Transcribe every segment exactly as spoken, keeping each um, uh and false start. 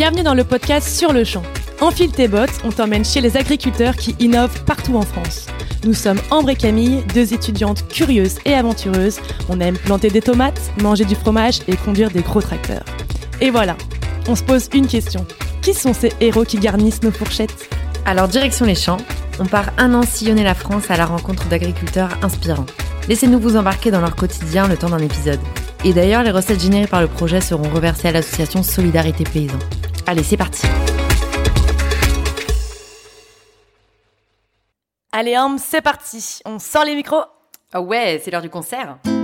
Bienvenue dans le podcast Sur le champ. Enfile tes bottes, on t'emmène chez les agriculteurs qui innovent partout en France. Nous sommes Ambre et Camille, deux étudiantes curieuses et aventureuses. On aime planter des tomates, manger du fromage et conduire des gros tracteurs. Et voilà, on se pose une question. Qui sont ces héros qui garnissent nos fourchettes ? Alors direction les champs, on part un an sillonner la France à la rencontre d'agriculteurs inspirants. Laissez-nous vous embarquer dans leur quotidien le temps d'un épisode. Et d'ailleurs, les recettes générées par le projet seront reversées à l'association Solidarité Paysans. Allez, c'est parti. Allez Ambre, c'est parti. On sort les micros. Ah ouais, c'est l'heure du concert. Euh,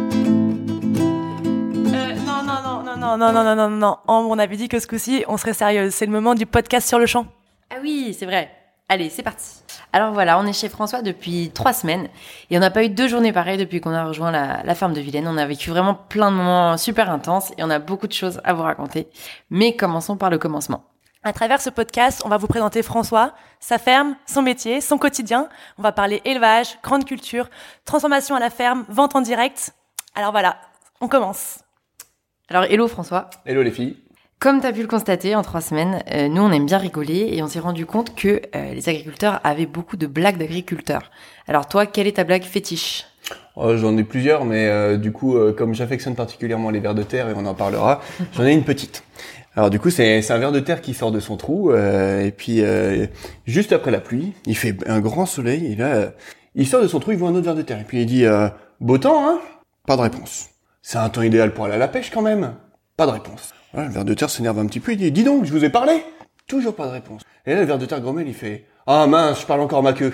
non, non, non, non, non, non, non, non, non, non. Ambre, on avait dit que ce coup-ci, on serait sérieuse. C'est le moment du podcast Sur le champ. Ah oui, c'est vrai. Allez, c'est parti. Alors voilà, on est chez François depuis trois semaines et on n'a pas eu deux journées pareilles depuis qu'on a rejoint la, la ferme de Vilaine. On a vécu vraiment plein de moments super intenses et on a beaucoup de choses à vous raconter. Mais commençons par le commencement. À travers ce podcast, on va vous présenter François, sa ferme, son métier, son quotidien. On va parler élevage, grande culture, transformation à la ferme, vente en direct. Alors voilà, on commence. Alors hello François. Hello les filles. Comme tu as pu le constater en trois semaines, euh, nous on aime bien rigoler et on s'est rendu compte que euh, les agriculteurs avaient beaucoup de blagues d'agriculteurs. Alors toi, quelle est ta blague fétiche ? Oh, j'en ai plusieurs, mais euh, du coup, euh, comme j'affectionne particulièrement les vers de terre et on en parlera, j'en ai une petite. Alors du coup, c'est, c'est un ver de terre qui sort de son trou euh, et puis euh, juste après la pluie, il fait un grand soleil et là, euh, il sort de son trou, il voit un autre ver de terre et puis il dit euh, « Beau temps, hein ?» Pas de réponse. « C'est un temps idéal pour aller à la pêche quand même ?» Pas de réponse. Voilà, le ver de terre s'énerve un petit peu, il dit « Dis donc, je vous ai parlé ?» Toujours pas de réponse. Et là, le ver de terre grommelle, il fait « Ah mince, je parle encore ma queue. »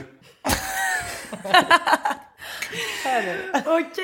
Ok,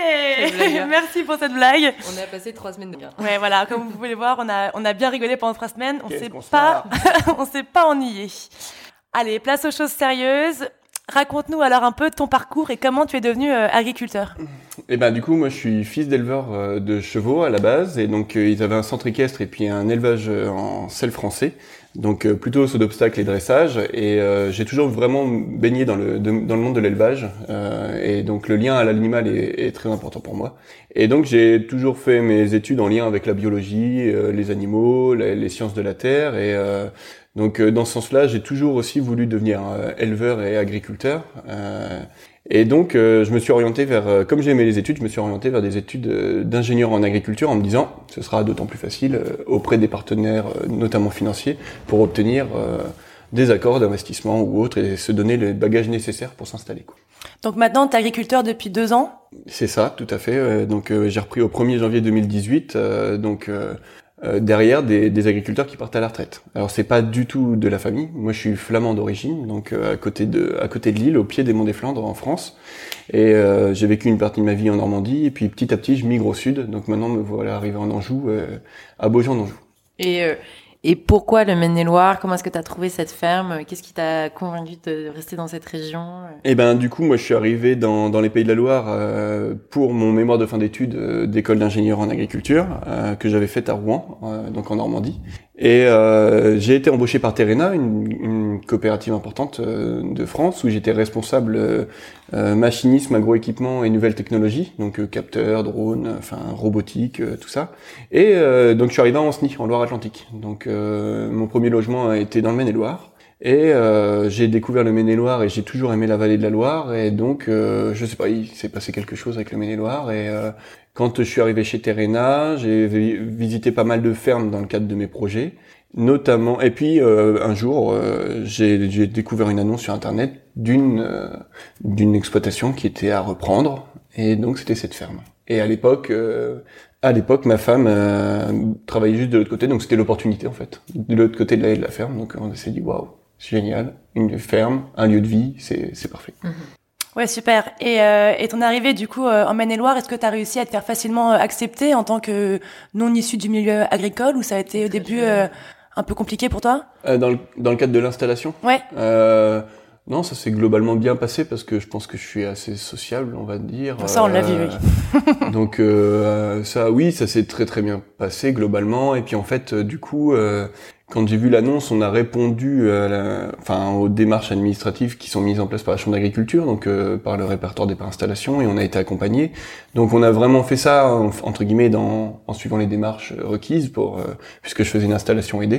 merci pour cette blague. On a passé trois semaines de bien. Ouais, voilà, comme vous pouvez le voir, on a, on a bien rigolé pendant trois semaines. On Qu'est-ce s'est qu'on se pas, on s'est pas ennuyé. Allez, place aux choses sérieuses. Raconte-nous alors un peu ton parcours et comment tu es devenu euh, agriculteur. Et ben du coup, moi je suis fils d'éleveur euh, de chevaux à la base, et donc euh, ils avaient un centre équestre et puis un élevage euh, en selle français, donc euh, plutôt saut d'obstacles et dressage, et euh, j'ai toujours vraiment baigné dans le de, dans le monde de l'élevage, euh, et donc le lien à l'animal est, est très important pour moi. Et donc j'ai toujours fait mes études en lien avec la biologie, euh, les animaux, les, les sciences de la terre, et euh, donc euh, dans ce sens-là, j'ai toujours aussi voulu devenir euh, éleveur et agriculteur. Euh, et donc euh, je me suis orienté vers, euh, comme j'aimais les études, je me suis orienté vers des études euh, d'ingénieur en agriculture en me disant ce sera d'autant plus facile euh, auprès des partenaires, euh, notamment financiers, pour obtenir euh, des accords d'investissement ou autres et se donner les bagages nécessaires pour s'installer, quoi. Donc maintenant, tu es agriculteur depuis deux ans. C'est ça, tout à fait. Euh, donc euh, j'ai repris au premier janvier deux mille dix-huit, euh, donc euh, Euh, derrière des, des agriculteurs qui partent à la retraite. Alors c'est pas du tout de la famille. Moi je suis flamand d'origine, donc euh, à côté de à côté de Lille, au pied des Monts des Flandres en France. Et euh, j'ai vécu une partie de ma vie en Normandie et puis petit à petit je migre au sud. Donc maintenant me voilà arrivé en Anjou, euh, à Beaujon d'Anjou. Et euh, et pourquoi le Maine-et-Loire ? Comment est-ce que tu as trouvé cette ferme ? Qu'est-ce qui t'a convaincu de rester dans cette région ? Et ben du coup moi je suis arrivé dans dans les Pays de la Loire euh, pour mon mémoire de fin d'études euh, d'école d'ingénieur en agriculture euh, que j'avais faite à Rouen, euh, donc en Normandie. Et euh, j'ai été embauché par Terrena, une, une coopérative importante euh, de France où j'étais responsable euh, euh, machinisme, agroéquipement et nouvelles technologies, donc euh, capteurs, drones, enfin robotique, euh, tout ça. Et euh, donc je suis arrivé à Ancenis, en Loire-Atlantique. Donc euh, mon premier logement a été dans le Maine-et-Loire. Et euh, j'ai découvert le Maine-et-Loire et j'ai toujours aimé la vallée de la Loire. Et donc, euh, je sais pas, il s'est passé quelque chose avec le Maine-et-Loire. Et euh, quand je suis arrivé chez Terrena, j'ai vi- visité pas mal de fermes dans le cadre de mes projets, notamment. Et puis euh, un jour, euh, j'ai, j'ai découvert une annonce sur Internet d'une euh, d'une exploitation qui était à reprendre. Et donc, c'était cette ferme. Et à l'époque, euh, à l'époque, ma femme euh, travaillait juste de l'autre côté, donc c'était l'opportunité en fait, de l'autre côté de la, de la ferme. Donc on s'est dit waouh. C'est génial, une ferme, un lieu de vie, c'est, c'est parfait. Mmh. Ouais, super. Et, euh, et ton arrivée, du coup, euh, en Maine-et-Loire, est-ce que tu as réussi à te faire facilement euh, accepter en tant que non issu du milieu agricole, ou ça a été au début euh, un peu compliqué pour toi ? euh, dans, le, dans le cadre de l'installation ? Ouais. Euh, non, ça s'est globalement bien passé parce que je pense que je suis assez sociable, on va dire. Ça, on l'a vu, oui. Donc euh, ça, oui, ça s'est très très bien passé globalement. Et puis en fait, euh, du coup... Euh, Quand j'ai vu l'annonce, on a répondu à la, enfin, aux démarches administratives qui sont mises en place par la Chambre d'agriculture, donc euh, par le répertoire des installations, et on a été accompagné. Donc on a vraiment fait ça, entre guillemets, dans, en suivant les démarches requises, pour, euh, puisque je faisais une installation aidée.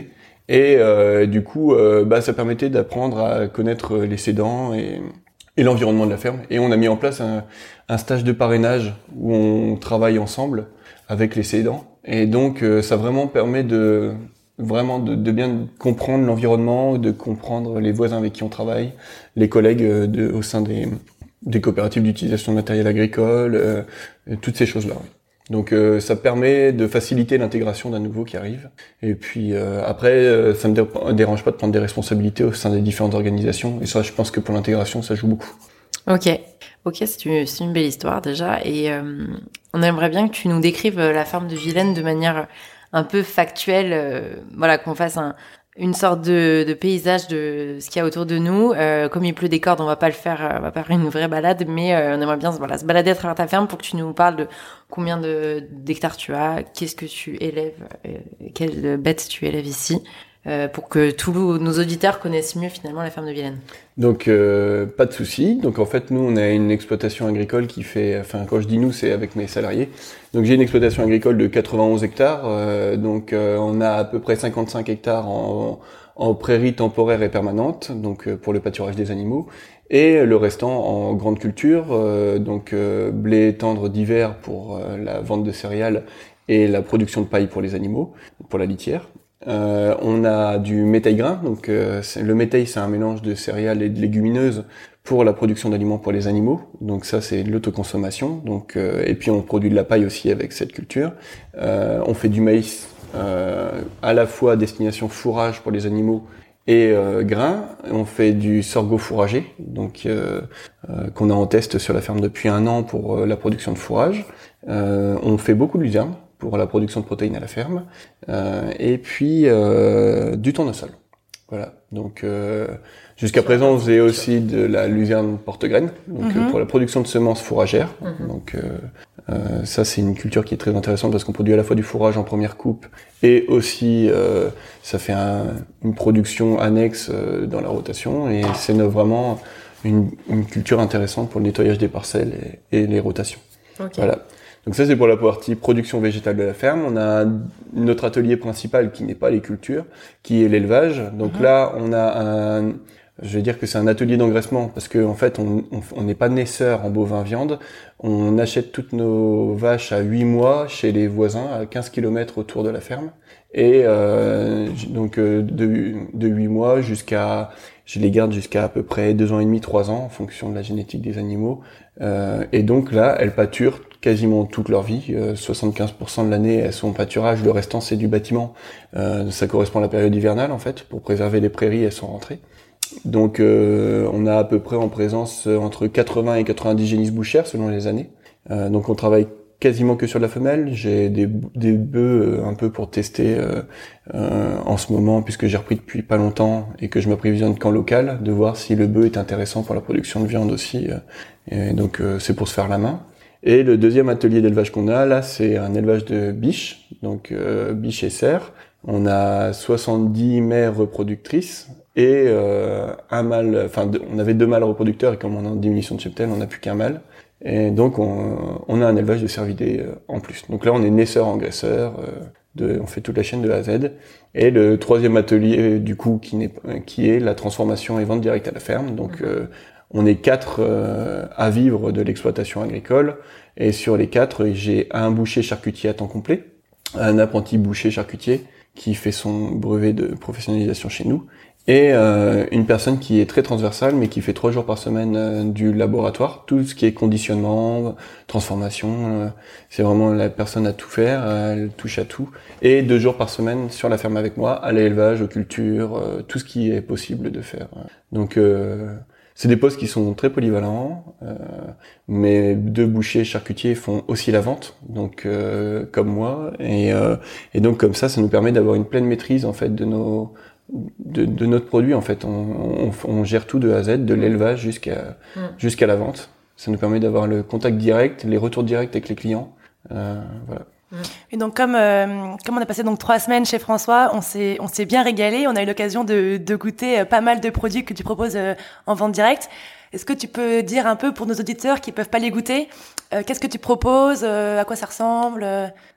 Et euh, du coup, euh, bah, ça permettait d'apprendre à connaître les cédants et, et l'environnement de la ferme. Et on a mis en place un, un stage de parrainage où on travaille ensemble avec les cédants. Et donc, euh, ça vraiment permet de vraiment de, de bien comprendre l'environnement, de comprendre les voisins avec qui on travaille, les collègues de, au sein des, des coopératives d'utilisation de matériel agricole, euh, toutes ces choses-là. Oui. Donc euh, ça permet de faciliter l'intégration d'un nouveau qui arrive. Et puis euh, après, euh, ça me dé- dérange pas de prendre des responsabilités au sein des différentes organisations. Et ça, je pense que pour l'intégration, ça joue beaucoup. Ok, ok, c'est une, c'est une belle histoire déjà. Et euh, on aimerait bien que tu nous décrives la ferme de Vilaine de manière un peu factuelle. Euh, voilà, qu'on fasse un, une sorte de, de paysage de ce qu'il y a autour de nous. Euh, comme il pleut des cordes, on va pas le faire, on va pas faire une vraie balade, mais euh, on aimerait bien voilà, se balader à travers ta ferme pour que tu nous parles de combien de, d'hectares tu as, qu'est-ce que tu élèves, euh, quelles bêtes tu élèves ici, euh, pour que tous nos auditeurs connaissent mieux finalement la ferme de Vilaine. Donc euh, pas de souci. Donc en fait nous on a une exploitation agricole qui fait, enfin quand je dis nous c'est avec mes salariés. Donc j'ai une exploitation agricole de quatre-vingt-onze hectares. Euh, donc euh, on a à peu près cinquante-cinq hectares en, en prairie temporaire et permanente, donc euh, pour le pâturage des animaux, et le restant en grande culture, euh, donc euh, blé tendre d'hiver pour euh, la vente de céréales et la production de paille pour les animaux, pour la litière. Euh, on a du métail grain, donc euh, c'est, le métail c'est un mélange de céréales et de légumineuses pour la production d'aliments pour les animaux, donc ça c'est de l'autoconsommation, donc euh, et puis on produit de la paille aussi avec cette culture. Euh, on fait du maïs euh, à la fois à destination fourrage pour les animaux et euh, grain. On fait du sorgho fourragé, donc euh, euh, qu'on a en test sur la ferme depuis un an pour euh, la production de fourrage. Euh, on fait beaucoup de luzerne pour la production de protéines à la ferme, euh, et puis euh, du tournesol. Voilà. Donc euh, jusqu'à présent, on faisait aussi de la luzerne porte-graine, donc mm-hmm. euh, pour la production de semences fourragères. Mm-hmm. Donc euh, euh, ça, c'est une culture qui est très intéressante parce qu'on produit à la fois du fourrage en première coupe et aussi euh, ça fait un, une production annexe euh, dans la rotation, et c'est no, vraiment une, une culture intéressante pour le nettoyage des parcelles et, et les rotations. Okay. Voilà. Donc ça, c'est pour la partie production végétale de la ferme. On a notre atelier principal qui n'est pas les cultures, qui est l'élevage. Donc mmh. là, on a un, je vais dire que c'est un atelier d'engraissement parce que en fait, on on n'est pas naisseur en bovin viande. On achète toutes nos vaches à huit mois chez les voisins, à quinze kilomètres autour de la ferme. Et euh, donc de, de huit mois jusqu'à, je les garde jusqu'à à peu près deux ans et demi, trois ans en fonction de la génétique des animaux. Euh, et donc là, elles pâturent quasiment toute leur vie. Euh, soixante-quinze pour cent de l'année, elles sont en pâturage. Le restant, c'est du bâtiment. Euh, ça correspond à la période hivernale, en fait. Pour préserver les prairies, elles sont rentrées. Donc, euh, on a à peu près en présence entre quatre-vingts et quatre-vingt-dix génisses bouchères selon les années. Euh, donc, on travaille quasiment que sur la femelle. J'ai des, des bœufs un peu pour tester euh, euh, en ce moment, puisque j'ai repris depuis pas longtemps et que je m'approvisionne qu'en local, de voir si le bœuf est intéressant pour la production de viande aussi. Et donc, euh, c'est pour se faire la main. Et le deuxième atelier d'élevage qu'on a, là, c'est un élevage de biches, donc euh, biches et cerfs. On a soixante-dix mères reproductrices et euh, un mâle, enfin, on avait deux mâles reproducteurs, et comme on est en diminution de cheptel, on n'a plus qu'un mâle. Et donc, on, on a un élevage de cervidés euh, en plus. Donc là, on est naisseur, engraisseur, euh, de, on fait toute la chaîne de A à Z. Et le troisième atelier, du coup, qui, n'est, qui est la transformation et vente directe à la ferme. Donc, euh, on est quatre euh, à vivre de l'exploitation agricole, et sur les quatre, j'ai un boucher charcutier à temps complet, un apprenti boucher charcutier qui fait son brevet de professionnalisation chez nous, et euh, une personne qui est très transversale, mais qui fait trois jours par semaine euh, du laboratoire, tout ce qui est conditionnement, transformation, euh, c'est vraiment la personne à tout faire, elle touche à tout, et deux jours par semaine sur la ferme avec moi, à l'élevage, aux cultures, euh, tout ce qui est possible de faire. Donc euh, c'est des postes qui sont très polyvalents, euh, mais deux bouchers charcutiers font aussi la vente, donc euh, comme moi, et, euh, et donc comme ça, ça nous permet d'avoir une pleine maîtrise en fait de nos de, de notre produit. En fait, on, on, on gère tout de A à Z, de l'élevage jusqu'à mmh. jusqu'à la vente. Ça nous permet d'avoir le contact direct, les retours directs avec les clients. Euh, voilà. Et donc comme euh, comme on a passé donc trois semaines chez François, on s'est on s'est bien régalé. On a eu l'occasion de de goûter pas mal de produits que tu proposes euh, en vente directe. Est-ce que tu peux dire un peu pour nos auditeurs qui peuvent pas les goûter, euh, qu'est-ce que tu proposes, euh, à quoi ça ressemble euh...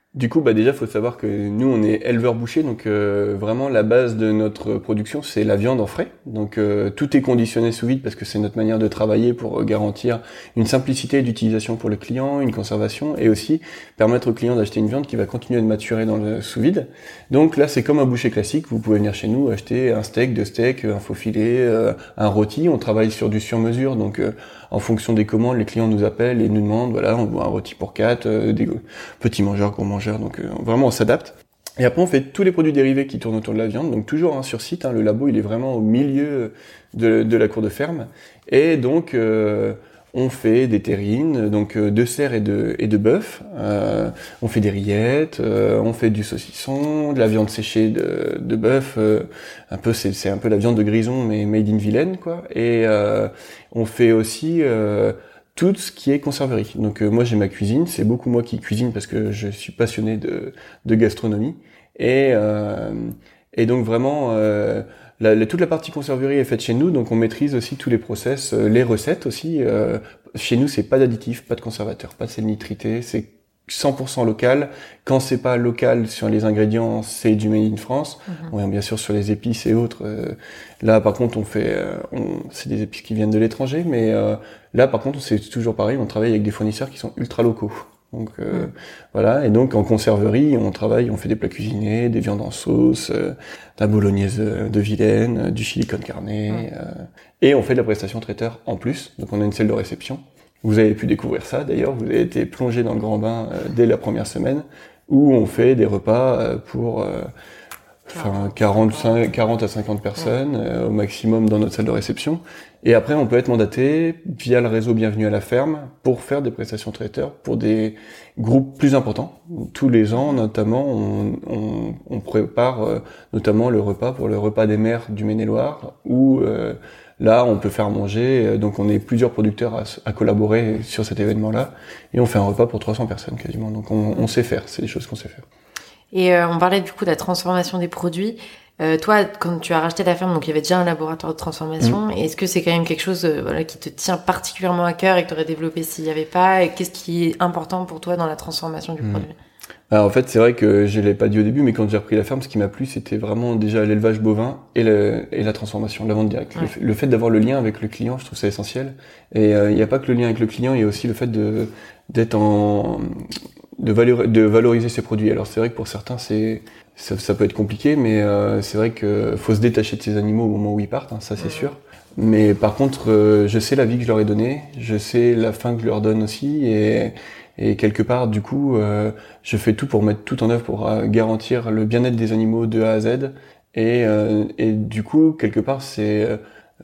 Du coup, bah déjà, faut savoir que nous, on est éleveurs bouchers, donc euh, vraiment la base de notre production, c'est la viande en frais. Donc euh, tout est conditionné sous vide parce que c'est notre manière de travailler pour garantir une simplicité d'utilisation pour le client, une conservation, et aussi permettre au client d'acheter une viande qui va continuer de maturer dans le sous vide. Donc là, c'est comme un boucher classique. Vous pouvez venir chez nous acheter un steak, deux steaks, un faux filet, euh, un rôti. On travaille sur du sur-mesure, donc euh, en fonction des commandes, les clients nous appellent et nous demandent, voilà, on veut un rôti pour quatre, euh, des petits mangeurs, gros mangeurs, donc euh, vraiment on s'adapte. Et après on fait tous les produits dérivés qui tournent autour de la viande, donc toujours hein, sur site, hein, le labo il est vraiment au milieu de, de la cour de ferme, et donc euh, on fait des terrines, donc euh, de cerf et de, et de bœuf, euh, on fait des rillettes, euh, on fait du saucisson, de la viande séchée de, de bœuf, euh, un peu c'est, c'est un peu la viande de grison mais made in Vilaine quoi, et euh, on fait aussi euh, tout ce qui est conserverie. Donc euh, moi j'ai ma cuisine, c'est beaucoup moi qui cuisine parce que je suis passionné de, de gastronomie, et, euh, et donc vraiment... Euh, La, la, toute la partie conserverie est faite chez nous, donc on maîtrise aussi tous les process, euh, les recettes aussi. Euh, chez nous, c'est pas d'additifs, pas de conservateurs, pas de sel nitrité, c'est cent pour cent local. Quand c'est pas local sur les ingrédients, c'est du made in France. Mm-hmm. Ouais, bien sûr sur les épices et autres. Euh, là, par contre, on fait, euh, on, c'est des épices qui viennent de l'étranger, mais euh, là, par contre, c'est toujours pareil. On travaille avec des fournisseurs qui sont ultra locaux. Donc euh, mmh. voilà, et donc en conserverie, on travaille, on fait des plats cuisinés, des viandes en sauce, euh, de la bolognaise de Vilaine, euh, du chili con carne, mmh. euh, et on fait de la prestation traiteur en plus. Donc on a une salle de réception. Vous avez pu découvrir ça d'ailleurs, vous avez été plongé dans le grand bain euh, dès la première semaine, où on fait des repas euh, pour euh, enfin quarante-cinq, quarante à cinquante personnes euh, au maximum dans notre salle de réception. Et après, on peut être mandaté via le réseau Bienvenue à la ferme pour faire des prestations traiteurs pour des groupes plus importants. Tous les ans, notamment, on, on, on prépare euh, notamment le repas pour le repas des mères du Maine-et-Loire, où euh, là, on peut faire manger. Euh, donc, on est plusieurs producteurs à, à collaborer sur cet événement-là, et on fait un repas pour trois cents personnes quasiment. Donc, on, on sait faire. C'est des choses qu'on sait faire. Et euh, on parlait du coup de la transformation des produits. Euh, toi, quand tu as racheté la ferme, donc il y avait déjà un laboratoire de transformation. Mmh. Est-ce que c'est quand même quelque chose euh, voilà, qui te tient particulièrement à cœur et que tu aurais développé s'il n'y avait pas? Et qu'est-ce qui est important pour toi dans la transformation du mmh. produit? Alors en fait, c'est vrai que je l'ai pas dit au début, mais quand j'ai repris la ferme, ce qui m'a plu, c'était vraiment déjà l'élevage bovin et, le, et la transformation, la vente directe. Ouais. Le, le fait d'avoir le lien avec le client, je trouve ça essentiel. Et il euh, n'y a pas que le lien avec le client, il y a aussi le fait de d'être en de, valeur, de valoriser ses produits. Alors c'est vrai que pour certains, c'est ça, ça peut être compliqué, mais euh, c'est vrai que faut se détacher de ces animaux au moment où ils partent, hein, ça c'est ouais. sûr. Mais par contre, euh, je sais la vie que je leur ai donnée, je sais la faim que je leur donne aussi, et Et quelque part, du coup, euh, je fais tout pour mettre tout en œuvre pour euh, garantir le bien-être des animaux de A à Z. Et, euh, et du coup, quelque part, c'est... Euh,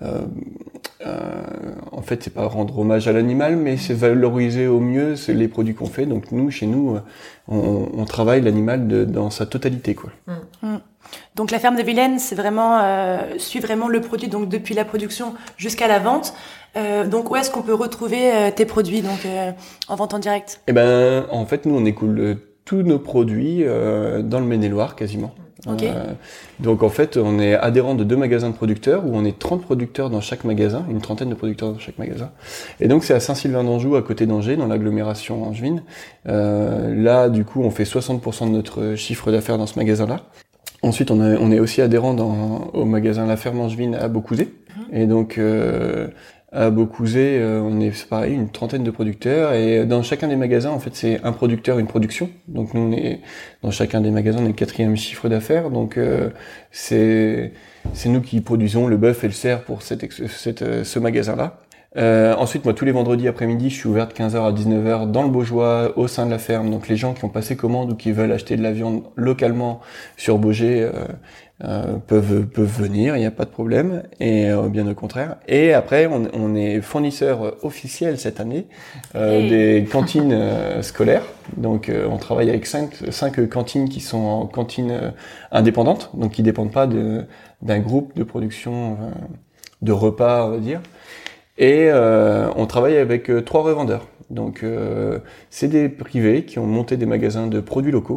euh, en fait, c'est pas rendre hommage à l'animal, mais c'est valoriser au mieux c'est les produits qu'on fait. Donc nous, chez nous, on, on travaille l'animal de, dans sa totalité, quoi. Mmh. Mmh. Donc la ferme de Vilaine, c'est vraiment euh, suit vraiment le produit, donc depuis la production jusqu'à la vente. Euh, donc où est-ce qu'on peut retrouver euh, tes produits donc euh, en vente en direct? Eh ben, en fait, nous on écoule euh, tous nos produits euh, dans le Maine-et-Loire quasiment. Okay. Euh, donc en fait, on est adhérent de deux magasins de producteurs où on est trente producteurs dans chaque magasin, une trentaine de producteurs dans chaque magasin. Et donc c'est à Saint-Sylvain-d'Anjou, à côté d'Angers, dans l'agglomération angevine. Euh, là, du coup, on fait soixante pour cent de notre chiffre d'affaires dans ce magasin-là. Ensuite, on, a, on est aussi adhérent dans, au magasin La Ferme Angevine à Beaucouzé. Mmh. Et donc, euh, à Beaucouzé, euh, on est c'est pareil, une trentaine de producteurs. Et dans chacun des magasins, en fait, c'est un producteur, une production. Donc, nous, on est dans chacun des magasins, on est le quatrième chiffre d'affaires. Donc, euh, c'est c'est nous qui produisons le bœuf et le cerf pour cette, cette, ce magasin-là. Euh, ensuite, moi, tous les vendredis après-midi, je suis ouvert de quinze heures à dix-neuf heures dans le Beaujois, au sein de la ferme. Donc, les gens qui ont passé commande ou qui veulent acheter de la viande localement sur Beaugé euh, euh, peuvent peuvent venir, il n'y a pas de problème. Et euh, bien au contraire. Et après, on, on est fournisseur officiel cette année euh, hey. des cantines euh, scolaires. Donc, euh, on travaille avec cinq cinq cantines qui sont en cantines euh, indépendantes, donc qui dépendent pas de d'un groupe de production euh, de repas, on va dire. Et euh, on travaille avec euh, trois revendeurs. Donc euh, c'est des privés qui ont monté des magasins de produits locaux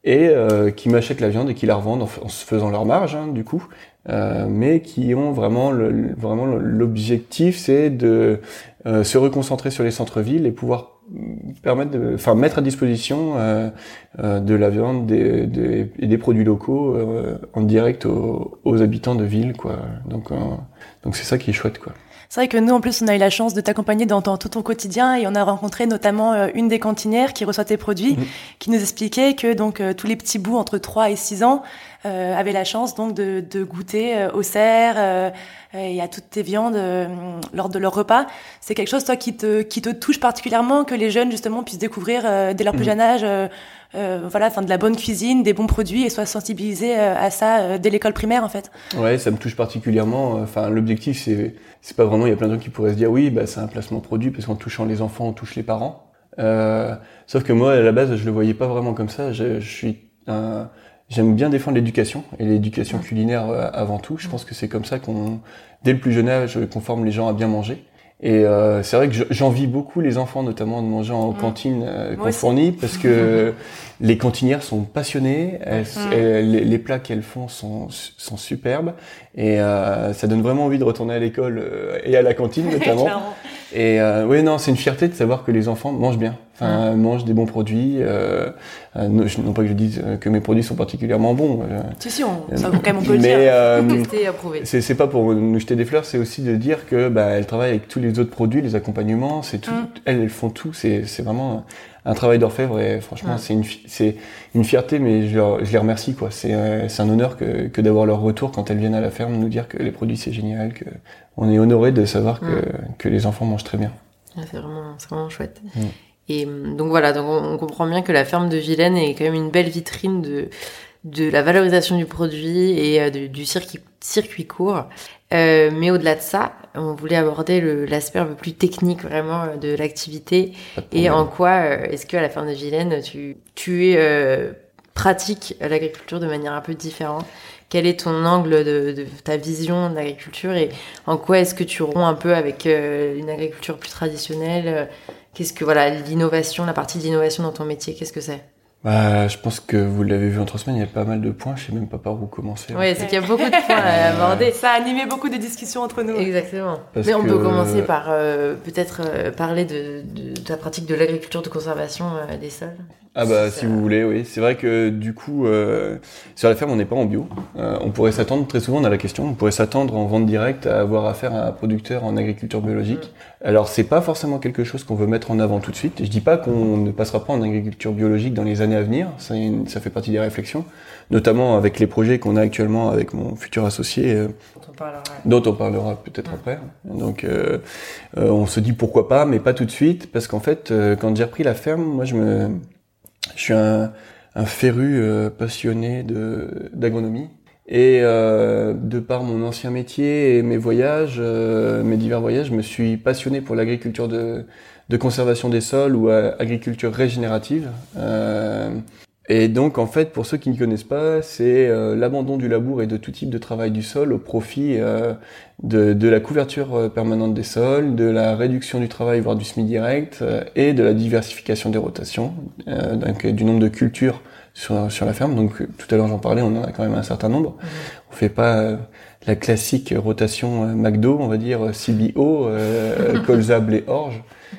et euh, qui m'achètent la viande et qui la revendent en, en se faisant leur marge, hein, du coup, euh, mais qui ont vraiment le, vraiment l'objectif, c'est de euh, se reconcentrer sur les centres-villes et pouvoir permettre, de, enfin mettre à disposition euh, euh, de la viande des, des, et des produits locaux euh, en direct aux, aux habitants de ville, quoi. Donc, euh, donc c'est ça qui est chouette, quoi. C'est vrai que nous, en plus, on a eu la chance de t'accompagner dans, dans tout ton quotidien et on a rencontré notamment euh, une des cantinières qui reçoit tes produits, mmh. qui nous expliquait que donc euh, tous les petits bouts entre trois et six ans euh, avaient la chance donc de, de goûter euh, au cerf euh, et à toutes tes viandes euh, lors de leur repas. C'est quelque chose, toi, qui te qui te touche particulièrement, que les jeunes justement puissent découvrir euh, dès leur plus mmh. jeune âge. Euh, Euh, voilà, enfin de la bonne cuisine, des bons produits et soient sensibilisés euh, à ça euh, dès l'école primaire en fait. Ouais, ça me touche particulièrement. Enfin, l'objectif c'est c'est pas vraiment. Il y a plein de gens qui pourraient se dire oui, bah c'est un placement produit parce qu'en touchant les enfants, on touche les parents. Euh, sauf que moi à la base, je le voyais pas vraiment comme ça. Je, je suis un, j'aime bien défendre l'éducation et l'éducation culinaire euh, avant tout. Je pense que c'est comme ça qu'on, dès le plus jeune âge, qu'on forme les gens à bien manger. Et euh, c'est vrai que j'envie beaucoup les enfants, notamment de manger en mmh. cantine euh, qu'on fournit, parce que les cantinières sont passionnées, elles, mmh. elles, les, les plats qu'elles font sont, sont superbes, et euh, ça donne vraiment envie de retourner à l'école euh, et à la cantine notamment. Et euh, oui, non, c'est une fierté de savoir que les enfants mangent bien, enfin mmh. mangent des bons produits. Euh, euh, non pas que je dise que mes produits sont particulièrement bons. Euh, si si, on, ça quand même on peut le mais, dire. Euh, Tester, approuver. C'est, c'est pas pour nous jeter des fleurs, c'est aussi de dire que bah elles travaillent avec tous les autres produits, les accompagnements, c'est tout. Mmh. Elles, elles font tout. C'est c'est vraiment un travail d'orfèvre et franchement mmh. c'est une c'est une fierté, mais je, leur, je les remercie quoi. C'est euh, c'est un honneur que que d'avoir leur retour quand elles viennent à la ferme nous dire que les produits c'est génial, que on est honoré de savoir que mmh. que les enfants mangent très bien. Ah, c'est vraiment c'est vraiment chouette. Mmh. Et donc voilà, donc on, on comprend bien que la ferme de Vilaine est quand même une belle vitrine de de la valorisation du produit et euh, de, du circuit circuit court. Euh, mais au-delà de ça, on voulait aborder le, l'aspect un peu plus technique vraiment euh, de l'activité et en quoi euh, est-ce que à la ferme de Vilaine tu tu es euh, pratique l'agriculture de manière un peu différente. Quel est ton angle de, de ta vision de l'agriculture et en quoi est-ce que tu romps un peu avec euh, une agriculture plus traditionnelle? Qu'est-ce que voilà l'innovation, la partie d'innovation dans ton métier, qu'est-ce que c'est? Bah, je pense que vous l'avez vu en trois semaines, il y a pas mal de points, je sais même pas par où commencer. Oui, c'est qu'il y a beaucoup de points à aborder. Ça a animé beaucoup de discussions entre nous. Exactement. Parce Mais on que... peut commencer par euh, peut-être euh, parler de, de, de ta pratique de l'agriculture de conservation euh, des sols. Ah bah si, si vous voulez, oui. C'est vrai que du coup, euh, sur la ferme, on n'est pas en bio. Euh, on pourrait s'attendre, très souvent on a la question, on pourrait s'attendre en vente directe à avoir affaire à un producteur en agriculture biologique. Mmh. Alors c'est pas forcément quelque chose qu'on veut mettre en avant tout de suite. Je dis pas qu'on ne passera pas en agriculture biologique dans les années à venir, ça, ça fait partie des réflexions, notamment avec les projets qu'on a actuellement avec mon futur associé, euh, dont on parlera, dont on parlera peut-être mmh. après. Donc euh, euh, on se dit pourquoi pas, mais pas tout de suite, parce qu'en fait, euh, quand j'ai repris la ferme, moi je me... Je suis un, un féru euh, passionné de d'agronomie et euh, de par mon ancien métier et mes voyages, euh, mes divers voyages, je me suis passionné pour l'agriculture de de conservation des sols ou euh, agriculture régénérative. Euh, et donc en fait, pour ceux qui ne connaissent pas, c'est euh, l'abandon du labour et de tout type de travail du sol au profit euh, de, de la couverture permanente des sols, de la réduction du travail voire du semi-direct euh, et de la diversification des rotations, euh, donc du nombre de cultures sur sur la ferme. Donc tout à l'heure j'en parlais, on en a quand même un certain nombre. Mmh. On fait pas euh, la classique rotation euh, McDo, on va dire C B O, euh, colza, blé, orge.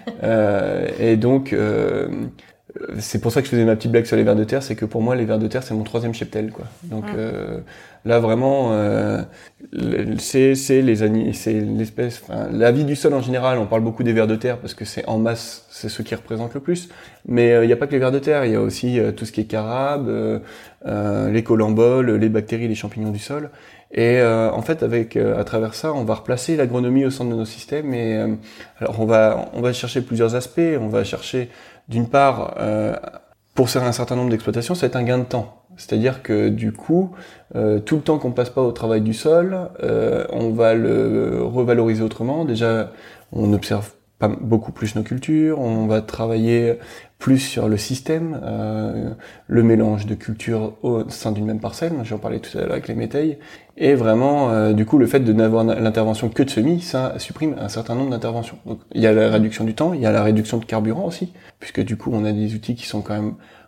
Euh, et donc euh, c'est pour ça que je faisais ma petite blague sur les vers de terre, c'est que pour moi les vers de terre c'est mon troisième cheptel quoi. Donc mmh. euh, là vraiment euh, c'est c'est les ani- c'est l'espèce, enfin la vie du sol en général, on parle beaucoup des vers de terre parce que c'est en masse, c'est ceux qui représentent le plus. Mais il euh, y a pas que les vers de terre, il y a aussi euh, tout ce qui est carabe, euh, euh, les colamboles, les bactéries, les champignons du sol. Et euh, en fait, avec euh, à travers ça, on va replacer l'agronomie au centre de nos systèmes. Et euh, alors, on va on va chercher plusieurs aspects. On va chercher, d'une part, euh, pour un certain nombre d'exploitations, ça va être un gain de temps. C'est-à-dire que du coup, euh, tout le temps qu'on passe pas au travail du sol, euh, on va le revaloriser autrement. Déjà, on observe pas beaucoup plus nos cultures, on va travailler plus sur le système, euh, le mélange de cultures au sein d'une même parcelle, j'en parlais tout à l'heure avec les métailles, et vraiment, euh, du coup, le fait de n'avoir l'intervention que de semis, ça supprime un certain nombre d'interventions. Donc, il y a la réduction du temps, il y a la réduction de carburant aussi, puisque du coup, on a des outils qui sont quand même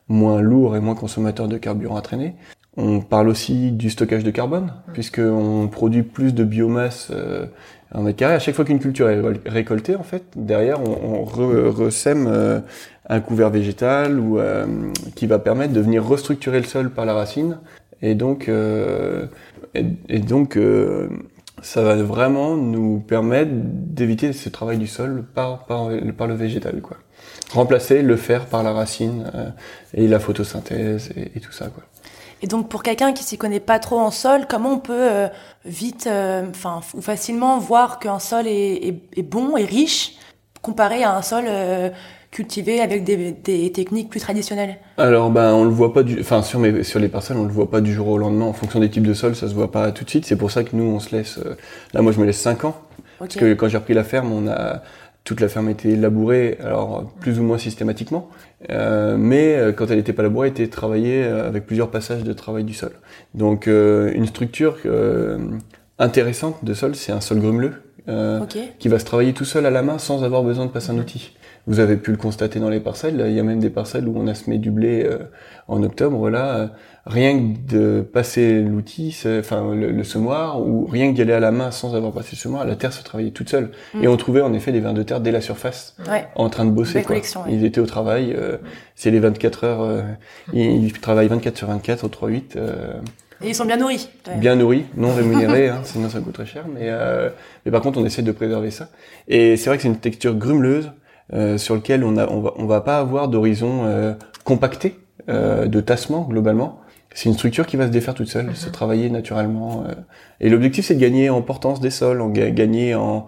moins lourd et moins consommateur de carburant à traîner. On parle aussi du stockage de carbone, mmh. puisqu'on produit plus de biomasse euh, en mètre carré. À chaque fois qu'une culture est récoltée, en fait, derrière, on, on re, resème euh, un couvert végétal ou euh, qui va permettre de venir restructurer le sol par la racine. Et donc, euh, et, et donc euh, ça va vraiment nous permettre d'éviter ce travail du sol par, par, par le végétal, quoi. Remplacer le fer par la racine euh, et la photosynthèse et, et tout ça, quoi. Et donc pour quelqu'un qui s'y connaît pas trop en sol, comment on peut euh, vite, enfin euh, ou facilement voir qu'un sol est, est, est bon et riche comparé à un sol euh, cultivé avec des, des techniques plus traditionnelles? Alors ben on le voit pas du, enfin sur mes sur les parcelles on le voit pas du jour au lendemain en fonction des types de sols, ça se voit pas tout de suite. C'est pour ça que nous on se laisse, euh, là moi je me laisse cinq ans okay. Parce que quand j'ai repris la ferme on a toute la ferme était labourée, alors plus ou moins systématiquement, euh, mais quand elle était pas labourée, elle était travaillée avec plusieurs passages de travail du sol. Donc euh, une structure euh, intéressante de sol, c'est un sol grumeleux, euh, okay. qui va se travailler tout seul à la main sans avoir besoin de passer un outil. Vous avez pu le constater dans les parcelles, il y a même des parcelles où on a semé du blé euh, en octobre, là, euh, rien que de passer l'outil, enfin le, le semoir, ou rien que d'y aller à la main sans avoir passé le semoir, la terre se travaillait toute seule. Mmh. Et on trouvait en effet des vers de terre dès la surface, ouais. en train de bosser. Quoi. Ouais. Ils étaient au travail, euh, mmh. c'est les vingt-quatre heures, euh, ils, ils travaillent vingt-quatre sur vingt-quatre au trois huit. Euh, Et ils sont bien nourris. Ouais. Bien nourris, non rémunérés, hein, sinon ça coûte très cher, mais, euh, mais par contre on essaie de préserver ça. Et c'est vrai que c'est une texture grumeleuse, Euh, sur lequel on a, on va, on va pas avoir d'horizon euh, compacté, euh, de tassement globalement. C'est une structure qui va se défaire toute seule, mm-hmm. se travailler naturellement. Euh, et l'objectif c'est de gagner en portance des sols, en ga- gagner en,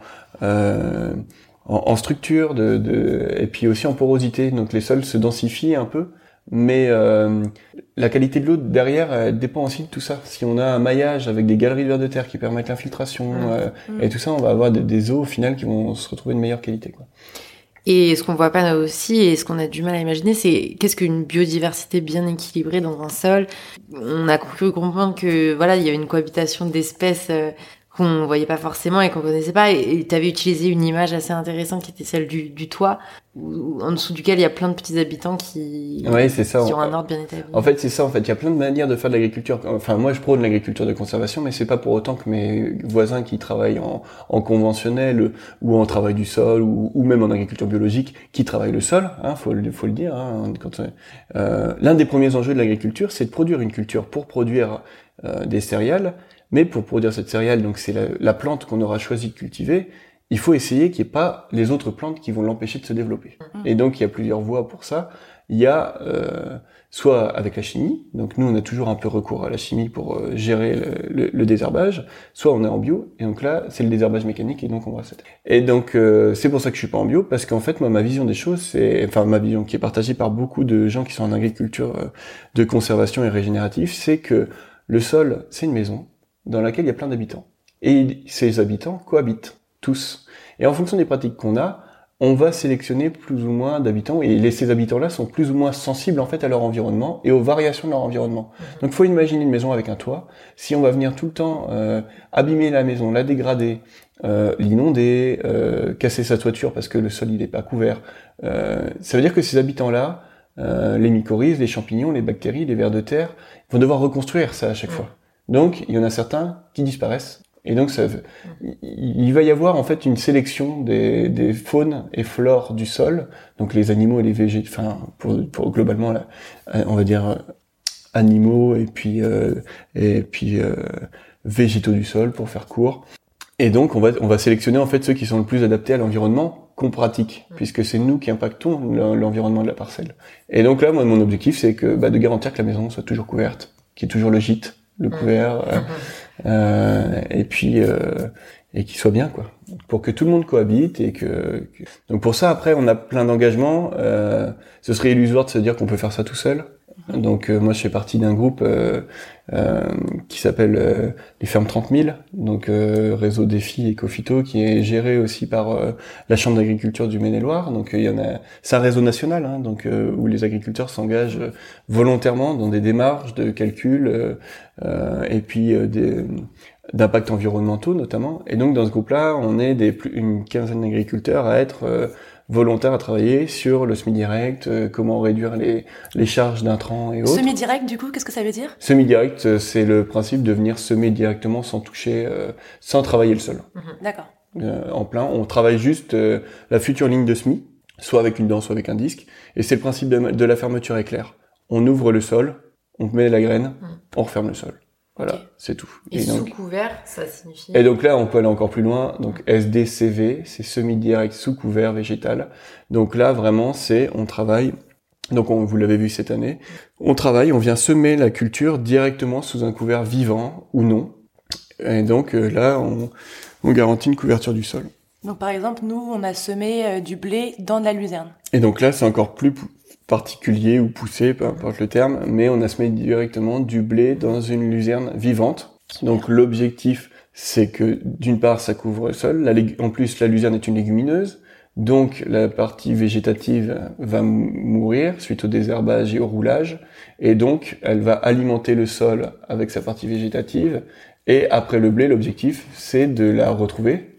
euh, en, en structure, de, de, et puis aussi en porosité. Donc les sols se densifient un peu, mais euh, la qualité de l'eau derrière elle dépend aussi de tout ça. Si on a un maillage avec des galeries de vers de terre qui permettent l'infiltration mm-hmm. euh, et tout ça, on va avoir des, des eaux au final qui vont se retrouver de meilleure qualité, quoi. Et ce qu'on voit pas aussi, et ce qu'on a du mal à imaginer, c'est qu'est-ce qu'une biodiversité bien équilibrée dans un sol. On a cru comprendre que voilà, il y a une cohabitation d'espèces euh, qu'on voyait pas forcément et qu'on connaissait pas. Et tu avais utilisé une image assez intéressante qui était celle du, du toit, où, en dessous duquel il y a plein de petits habitants qui, ouais, c'est ça. qui ont un ordre bien établi. En fait, c'est ça. En fait, il y a plein de manières de faire de l'agriculture. Enfin, moi, je prône l'agriculture de conservation, mais c'est pas pour autant que mes voisins qui travaillent en, en conventionnel ou en travail du sol ou, ou même en agriculture biologique, qui travaillent le sol, hein, faut le, faut le dire. Hein, quand, euh, l'un des premiers enjeux de l'agriculture, c'est de produire une culture pour produire euh, des céréales. Mais pour produire cette céréale, donc c'est la, la plante qu'on aura choisi de cultiver, il faut essayer qu'il n'y ait pas les autres plantes qui vont l'empêcher de se développer. Mmh. Et donc il y a plusieurs voies pour ça. Il y a euh, soit avec la chimie, donc nous on a toujours un peu recours à la chimie pour euh, gérer le, le, le désherbage, soit on est en bio, et donc là c'est le désherbage mécanique, et donc on va s'attaquer. Et donc euh, c'est pour ça que je suis pas en bio, parce qu'en fait moi ma vision des choses, c'est, enfin ma vision qui est partagée par beaucoup de gens qui sont en agriculture euh, de conservation et régénérative, c'est que le sol c'est une maison dans laquelle il y a plein d'habitants. Et ces habitants cohabitent, tous. Et en fonction des pratiques qu'on a, on va sélectionner plus ou moins d'habitants, et les, ces habitants-là sont plus ou moins sensibles en fait à leur environnement et aux variations de leur environnement. Mmh. Donc il faut imaginer une maison avec un toit. Si on va venir tout le temps euh, abîmer la maison, la dégrader, euh, l'inonder, euh, casser sa toiture parce que le sol il n'est pas couvert, euh, ça veut dire que ces habitants-là, euh, les mycorhizes, les champignons, les bactéries, les vers de terre, vont devoir reconstruire ça à chaque mmh. fois. Donc, il y en a certains qui disparaissent. Et donc, ça, il va y avoir en fait une sélection des, des faunes et flores du sol, donc les animaux et les végétaux, enfin, pour, pour globalement, là, on va dire animaux et puis euh, et puis euh, végétaux du sol pour faire court. Et donc, on va on va sélectionner en fait ceux qui sont le plus adaptés à l'environnement qu'on pratique, puisque c'est nous qui impactons l'environnement de la parcelle. Et donc là, moi, mon objectif, c'est que bah, de garantir que la maison soit toujours couverte, qu'il y ait toujours le gîte, le couvert, mmh. euh, euh, et puis euh, et qu'il soit bien, quoi, pour que tout le monde cohabite et que, que... donc pour ça après on a plein d'engagements. Euh, ce serait illusoire de se dire qu'on peut faire ça tout seul. Mmh. Donc euh, moi je fais partie d'un groupe euh, euh, qui s'appelle euh, les fermes trente mille, donc euh, réseau Défi Ecofito, qui est géré aussi par euh, la Chambre d'agriculture du Maine-et-Loire. Donc il euh, y en a, c'est un réseau national, hein, donc euh, où les agriculteurs s'engagent euh, volontairement dans des démarches de calcul euh, euh, et puis euh, des d'impacts environnementaux notamment. Et donc dans ce groupe-là, on est des plus, une quinzaine d'agriculteurs à être euh, volontaires à travailler sur le semi-direct, euh, comment réduire les, les charges d'intrants et autres. Semi-direct, du coup, qu'est-ce que ça veut dire? Semi-direct, euh, c'est le principe de venir semer directement sans toucher, euh, sans travailler le sol. Mmh, d'accord. Euh, en plein, on travaille juste euh, la future ligne de semis, soit avec une dent, soit avec un disque, et c'est le principe de, de la fermeture éclair. On ouvre le sol, on met la graine, mmh. on referme le sol. Voilà, okay. C'est tout. Et, et donc, sous couvert, ça signifie... Et donc là, on peut aller encore plus loin. Donc S D C V, c'est semi-direct sous couvert végétal. Donc là, vraiment, c'est, on travaille, donc on, vous l'avez vu cette année, on travaille, on vient semer la culture directement sous un couvert vivant ou non. Et donc euh, là, on, on garantit une couverture du sol. Donc par exemple, nous, on a semé euh, du blé dans de la luzerne. Et donc là, c'est encore plus particulier ou poussé, peu importe le terme, mais on a semé directement du blé dans une luzerne vivante. Donc l'objectif, c'est que d'une part, ça couvre le sol. La lég- en plus, la luzerne est une légumineuse, donc la partie végétative va mourir suite au désherbage et au roulage, et donc elle va alimenter le sol avec sa partie végétative. Et après le blé, l'objectif, c'est de la retrouver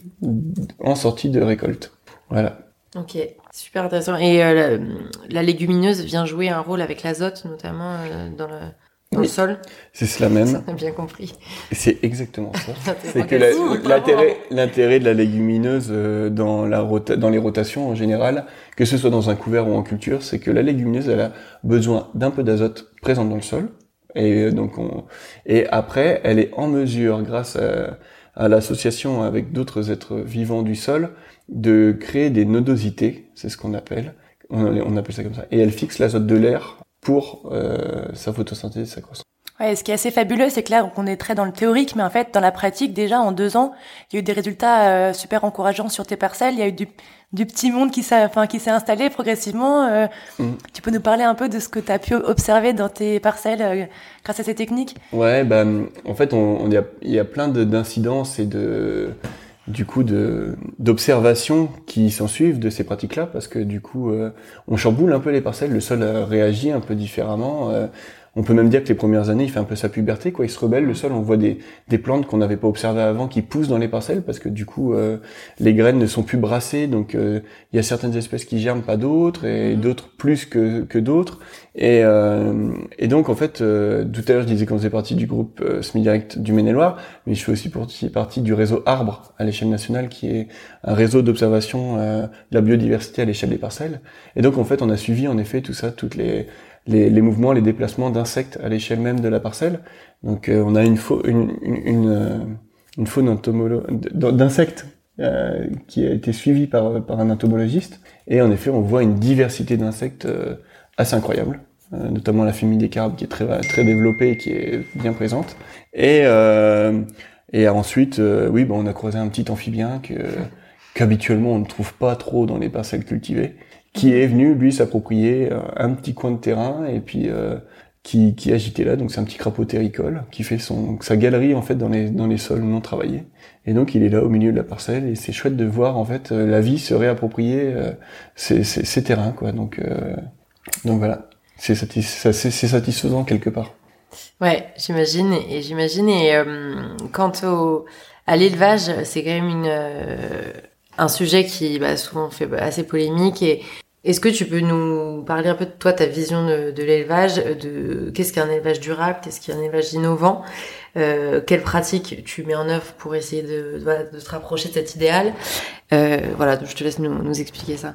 en sortie de récolte. Voilà. Ok, super intéressant. Et euh, la, la légumineuse vient jouer un rôle avec l'azote, notamment euh, dans, le, dans oui. le sol. C'est cela même. On a bien compris. C'est exactement ça. C'est que la, l'intérêt, l'intérêt de la légumineuse euh, dans, la rota, dans les rotations en général, que ce soit dans un couvert ou en culture, c'est que la légumineuse, elle a besoin d'un peu d'azote présent dans le sol. Et donc on, et après, elle est en mesure, grâce à, à l'association avec d'autres êtres vivants du sol, de créer des nodosités, c'est ce qu'on appelle, on, on appelle ça comme ça, et elle fixe l'azote de l'air pour euh, sa photosynthèse, sa croissance. Ouais, ce qui est assez fabuleux, c'est que là, on est très dans le théorique, mais en fait, dans la pratique, déjà, en deux ans, il y a eu des résultats euh, super encourageants sur tes parcelles. Il y a eu du, du petit monde qui s'est, enfin, qui s'est installé progressivement. Euh, mmh. Tu peux nous parler un peu de ce que tu as pu observer dans tes parcelles euh, grâce à ces techniques? Ouais, bah, en fait, on, on y a, il y a plein de, d'incidences et de, du coup, de, d'observations qui s'en suivent de ces pratiques-là, parce que du coup, euh, on chamboule un peu les parcelles, le sol réagit un peu différemment. Euh, On peut même dire que les premières années, il fait un peu sa puberté, quoi. Il se rebelle, le sol. On voit des, des plantes qu'on n'avait pas observées avant qui poussent dans les parcelles parce que du coup, euh, les graines ne sont plus brassées. Donc, euh, il y a certaines espèces qui germent, pas d'autres, et d'autres plus que, que d'autres. Et, euh, et donc, en fait, euh, tout à l'heure, je disais qu'on faisait partie du groupe euh, Semi-Direct du Maine-et-Loire, mais je fais aussi partie du réseau Arbre à l'échelle nationale, qui est un réseau d'observation euh, de la biodiversité à l'échelle des parcelles. Et donc, en fait, on a suivi, en effet, tout ça, toutes les Les, les mouvements, les déplacements d'insectes à l'échelle même de la parcelle. Donc euh, on a une, fa- une, une, une, euh, une faune entomolo- d'insectes euh, qui a été suivie par, par un entomologiste. Et en effet, on voit une diversité d'insectes euh, assez incroyable, euh, notamment la famille des carabes qui est très, très développée et qui est bien présente. Et, euh, et ensuite, euh, oui, bah, on a croisé un petit amphibien que, qu'habituellement on ne trouve pas trop dans les parcelles cultivées, qui est venu, lui, s'approprier un petit coin de terrain et puis euh, qui, qui agitait là. Donc c'est un petit crapaud terricole qui fait son sa galerie en fait dans les dans les sols non travaillés. Et donc il est là au milieu de la parcelle et c'est chouette de voir en fait la vie se réapproprier euh, ces, ces, ces terrains quoi. Donc euh, donc voilà, c'est satis, c'est, c'est satisfaisant quelque part. Ouais, j'imagine et j'imagine et euh, quant au à l'élevage, c'est quand même une euh... un sujet qui bah, souvent fait assez polémique. Et est-ce que tu peux nous parler un peu de toi, ta vision de, de l'élevage, de qu'est-ce qu'un élevage durable, qu'est-ce qu'un élevage innovant, euh, quelles pratiques tu mets en œuvre pour essayer de, de, de te rapprocher de cet idéal. Euh, voilà, donc je te laisse nous, nous expliquer ça.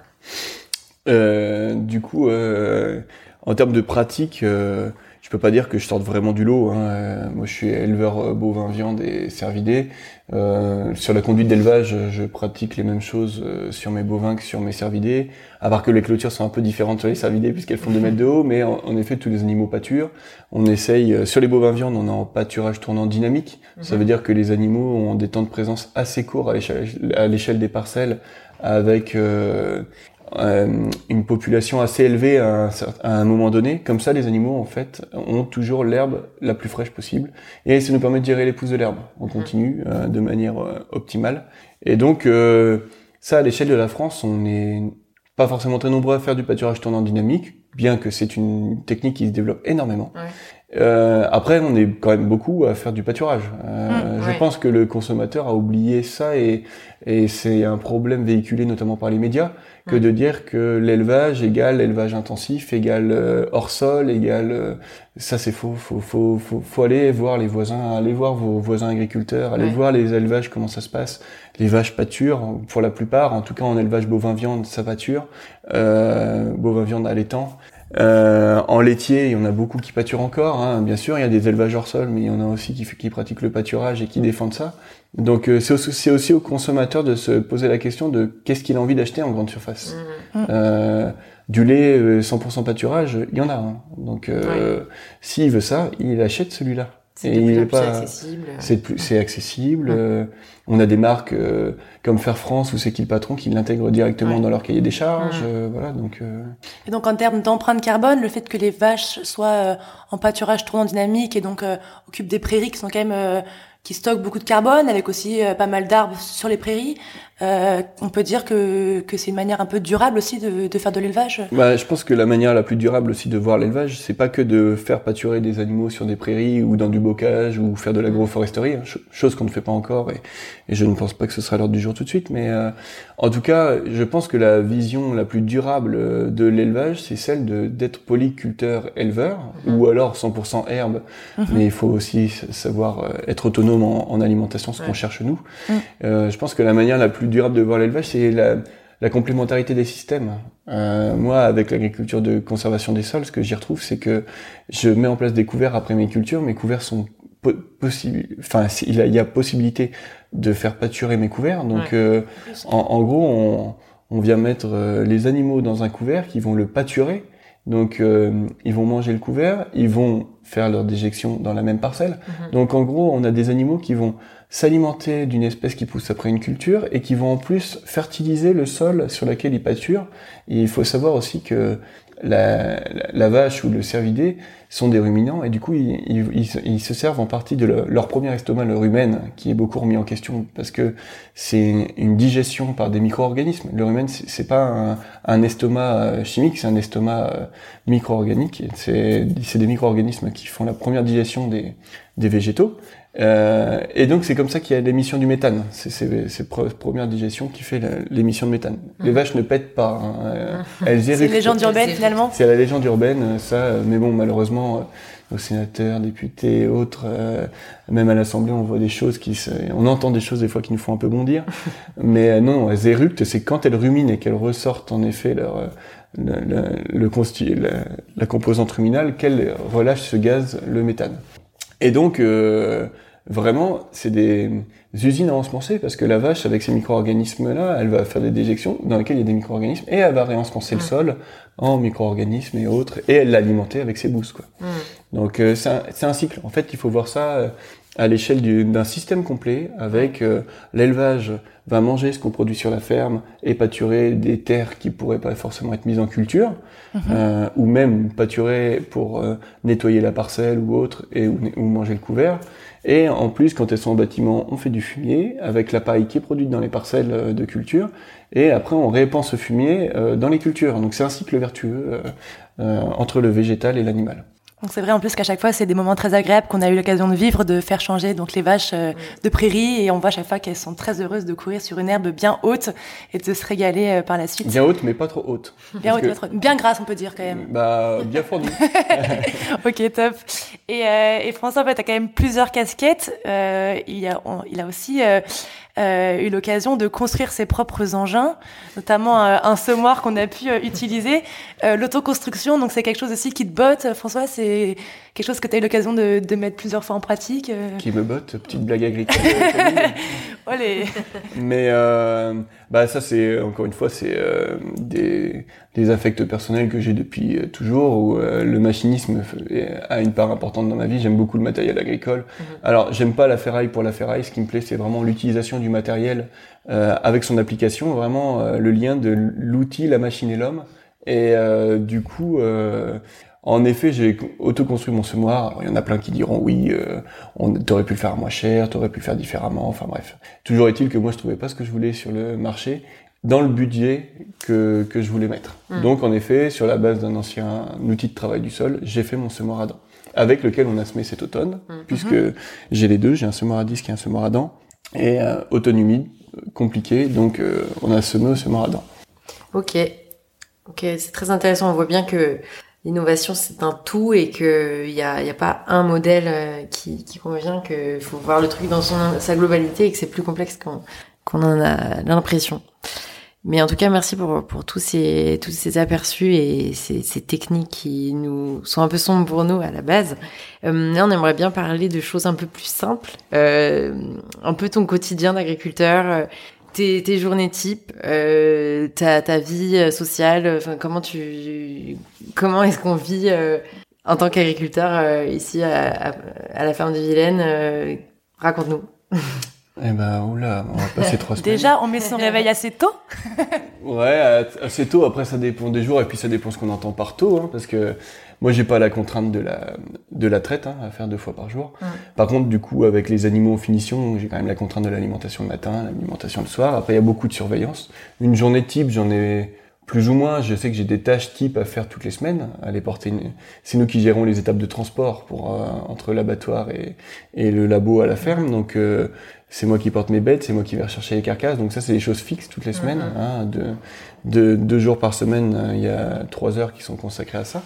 Euh, du coup, euh, en termes de pratiques, euh, je peux pas dire que je sorte vraiment du lot. Hein. Euh, moi, je suis éleveur bovin viande et cervidés. Euh, sur la conduite d'élevage, je pratique les mêmes choses euh, sur mes bovins que sur mes cervidés, à part que les clôtures sont un peu différentes sur les cervidés puisqu'elles font deux mètres de haut, mais en, en effet, tous les animaux pâturent. On essaye, euh, sur les bovins viande, on est en pâturage tournant dynamique. Mm-hmm. Ça veut dire que les animaux ont des temps de présence assez courts à l'échelle, à l'échelle des parcelles, avec euh, euh, une population assez élevée à un, à un moment donné. Comme ça, les animaux, en fait, ont toujours l'herbe la plus fraîche possible. Et ça nous permet de gérer les pousses de l'herbe. On continue euh, de manière euh, optimale. Et donc, euh, ça, à l'échelle de la France, on n'est pas forcément très nombreux à faire du pâturage tournant dynamique, bien que c'est une technique qui se développe énormément. Ouais. Euh, après, on est quand même beaucoup à faire du pâturage. Euh, mmh, je ouais. pense que le consommateur a oublié ça et, et c'est un problème véhiculé notamment par les médias, que de dire que l'élevage égale l'élevage intensif, égale euh, hors sol, égale euh, ça c'est faux. Faut, faut, faut, faut aller voir les voisins, aller voir vos voisins agriculteurs, aller ouais. voir les élevages comment ça se passe. Les vaches pâturent pour la plupart, en tout cas en élevage bovin viande ça pâture, euh, bovin viande allaitant. Euh, en laitier, il y en a beaucoup qui pâturent encore, hein. Bien sûr, il y a des élevages hors sol, mais il y en a aussi qui, qui pratiquent le pâturage et qui défendent ça. Donc euh, c'est, aussi, c'est aussi au consommateur de se poser la question de qu'est-ce qu'il a envie d'acheter en grande surface. Mmh. Euh, du lait cent pour cent pâturage, il y en a. Hein. Donc euh, ouais. s'il veut ça, il achète celui-là. C'est et il est pas accessible. C'est plus, c'est accessible. Mmh. Euh, on a des marques euh, comme Faire France ou C'est qui le patron qui l'intègrent directement ouais. dans leur cahier des charges. Mmh. Euh, voilà, donc. Euh... Et donc en termes d'empreinte carbone, le fait que les vaches soient euh, en pâturage tournant dynamique et donc euh, occupent des prairies qui sont quand même euh, qui stockent beaucoup de carbone, avec aussi euh, pas mal d'arbres sur les prairies. Euh, on peut dire que que c'est une manière un peu durable aussi de, de faire de l'élevage. Bah, je pense que la manière la plus durable aussi de voir l'élevage, c'est pas que de faire pâturer des animaux sur des prairies ou dans du bocage ou faire de l'agroforesterie, chose qu'on ne fait pas encore et, et je ne pense pas que ce sera à l'ordre du jour tout de suite. Mais euh, en tout cas, je pense que la vision la plus durable de l'élevage, c'est celle de d'être polyculteur-éleveur mmh. ou alors cent pour cent herbe. Mmh. Mais il faut aussi savoir être autonome en, en alimentation, ce ouais. qu'on cherche nous. Mmh. Euh, je pense que la manière la plus durable de voir l'élevage, c'est la, la complémentarité des systèmes. Euh, moi, avec l'agriculture de conservation des sols, ce que j'y retrouve, c'est que je mets en place des couverts après mes cultures. Mes couverts sont po- possibles, enfin, il y a, il y a possibilité de faire pâturer mes couverts. Donc, ouais. euh, en, en gros, on, on vient mettre euh, les animaux dans un couvert qui vont le pâturer. Donc, euh, ils vont manger le couvert, ils vont faire leur déjection dans la même parcelle. Mmh. Donc, en gros, on a des animaux qui vont s'alimenter d'une espèce qui pousse après une culture et qui vont en plus fertiliser le sol sur lequel ils pâturent. Et il faut savoir aussi que la, la, la vache ou le cervidé sont des ruminants et du coup ils, ils, ils, ils se servent en partie de le, leur premier estomac, le rumen, qui est beaucoup remis en question parce que c'est une digestion par des micro-organismes. Le rumen, c'est, c'est pas un, un estomac chimique, c'est un estomac micro-organique. C'est, c'est des micro-organismes qui font la première digestion des, des végétaux. Euh, et donc c'est comme ça qu'il y a l'émission du méthane. C'est cette première digestion qui fait la, l'émission de méthane. Mmh. Les vaches ne pètent pas. Hein. Elles éructent. C'est une légende urbaine finalement. C'est la légende urbaine, ça. Mais bon, malheureusement, nos sénateurs, députés, autres, euh, même à l'Assemblée, on voit des choses qui, se, on entend des choses des fois qui nous font un peu bondir. Mais non, elles éructent. C'est quand elles ruminent et qu'elles ressortent en effet leur le, le, le consti- la, la composante ruminale qu'elles relâchent ce gaz, le méthane. Et donc euh, vraiment, c'est des usines à ensemencer parce que la vache, avec ces micro-organismes-là, elle va faire des déjections dans lesquelles il y a des micro-organismes et elle va réensemencer mmh. le sol en micro-organismes et autres et elle l'alimenter avec ses bousses, quoi. Mmh. Donc euh, c'est, un, c'est un cycle. En fait, il faut voir ça euh, à l'échelle du, d'un système complet avec euh, l'élevage va manger ce qu'on produit sur la ferme et pâturer des terres qui pourraient pas forcément être mises en culture, mmh. euh, ou même pâturer pour euh, nettoyer la parcelle ou autre, et ou, ou manger le couvert. Et en plus, quand elles sont en bâtiment, on fait du fumier avec la paille qui est produite dans les parcelles de culture, et après on répand ce fumier euh, dans les cultures. Donc c'est un cycle vertueux euh, euh, entre le végétal et l'animal. Donc c'est vrai en plus qu'à chaque fois c'est des moments très agréables qu'on a eu l'occasion de vivre, de faire changer donc les vaches euh, de prairie et on voit à chaque fois qu'elles sont très heureuses de courir sur une herbe bien haute et de se régaler euh, par la suite. Bien haute mais pas trop haute. Bien haute, que... pas trop, bien grasse on peut dire quand même. Bah bien fournie. Ok, top. Et, euh, et François, en fait, t'as quand même plusieurs casquettes. Euh, il a on, il a aussi euh, Euh, eu l'occasion de construire ses propres engins, notamment euh, un semoir qu'on a pu euh, utiliser. Euh, l'autoconstruction, donc c'est quelque chose aussi qui te botte, François, c'est quelque chose que tu as eu l'occasion de, de mettre plusieurs fois en pratique. Euh... Qui me botte, petite blague agricole. Allez. Mais euh, bah ça c'est encore une fois c'est euh, des des affects personnels que j'ai depuis euh, toujours où euh, le machinisme a une part importante dans ma vie. J'aime beaucoup le matériel agricole. Mmh. Alors j'aime pas la ferraille pour la ferraille. Ce qui me plaît c'est vraiment l'utilisation du matériel euh, avec son application, vraiment euh, le lien de l'outil, la machine et l'homme. Et euh, du coup. Euh, En effet, j'ai auto-construit mon semoir. Alors, il y en a plein qui diront oui, euh, on t'aurais pu le faire moins cher, t'aurais pu le faire différemment. Enfin bref. Toujours est-il que moi je trouvais pas ce que je voulais sur le marché dans le budget que que je voulais mettre. Mmh. Donc en effet, sur la base d'un ancien outil de travail du sol, j'ai fait mon semoir à dents avec lequel on a semé cet automne, mmh. puisque j'ai les deux. J'ai un semoir à disque et un semoir à dents. Et euh, automne humide, compliqué, donc euh, on a semé au semoir à dents. Ok, ok, c'est très intéressant. On voit bien que l'innovation c'est un tout et que il y a, y a pas un modèle qui, qui convient, que faut voir le truc dans son sa globalité et que c'est plus complexe qu'on qu'on en a l'impression. Mais en tout cas, merci pour pour tous ces tous ces aperçus et ces, ces techniques qui nous sont un peu sombres pour nous à la base. Euh, là, on aimerait bien parler de choses un peu plus simples, euh, un peu ton quotidien d'agriculteur. Tes, tes journées types, euh, ta, ta vie sociale, enfin comment tu, comment est-ce qu'on vit euh, en tant qu'agriculteur euh, ici à, à, à la ferme de Vilaine, euh, raconte-nous. Eh ben, oula, on va passer trois semaines. Déjà, on met son réveil assez tôt. Ouais, assez tôt. Après, ça dépend des jours et puis ça dépend ce qu'on entend par tôt, hein, parce que moi, j'ai pas la contrainte de la de la traite, hein, à faire deux fois par jour. Mmh. Par contre, du coup, avec les animaux en finition, j'ai quand même la contrainte de l'alimentation le matin, l'alimentation le soir. Après, il y a beaucoup de surveillance. Une journée type, j'en ai plus ou moins. Je sais que j'ai des tâches types à faire toutes les semaines. Aller porter une... C'est nous qui gérons les étapes de transport pour euh, entre l'abattoir et et le labo à la ferme. Donc euh, c'est moi qui porte mes bêtes, c'est moi qui vais rechercher les carcasses. Donc ça, c'est des choses fixes toutes les semaines. Mmh. Hein, de, de deux jours par semaine, il y a trois heures qui sont consacrées à ça.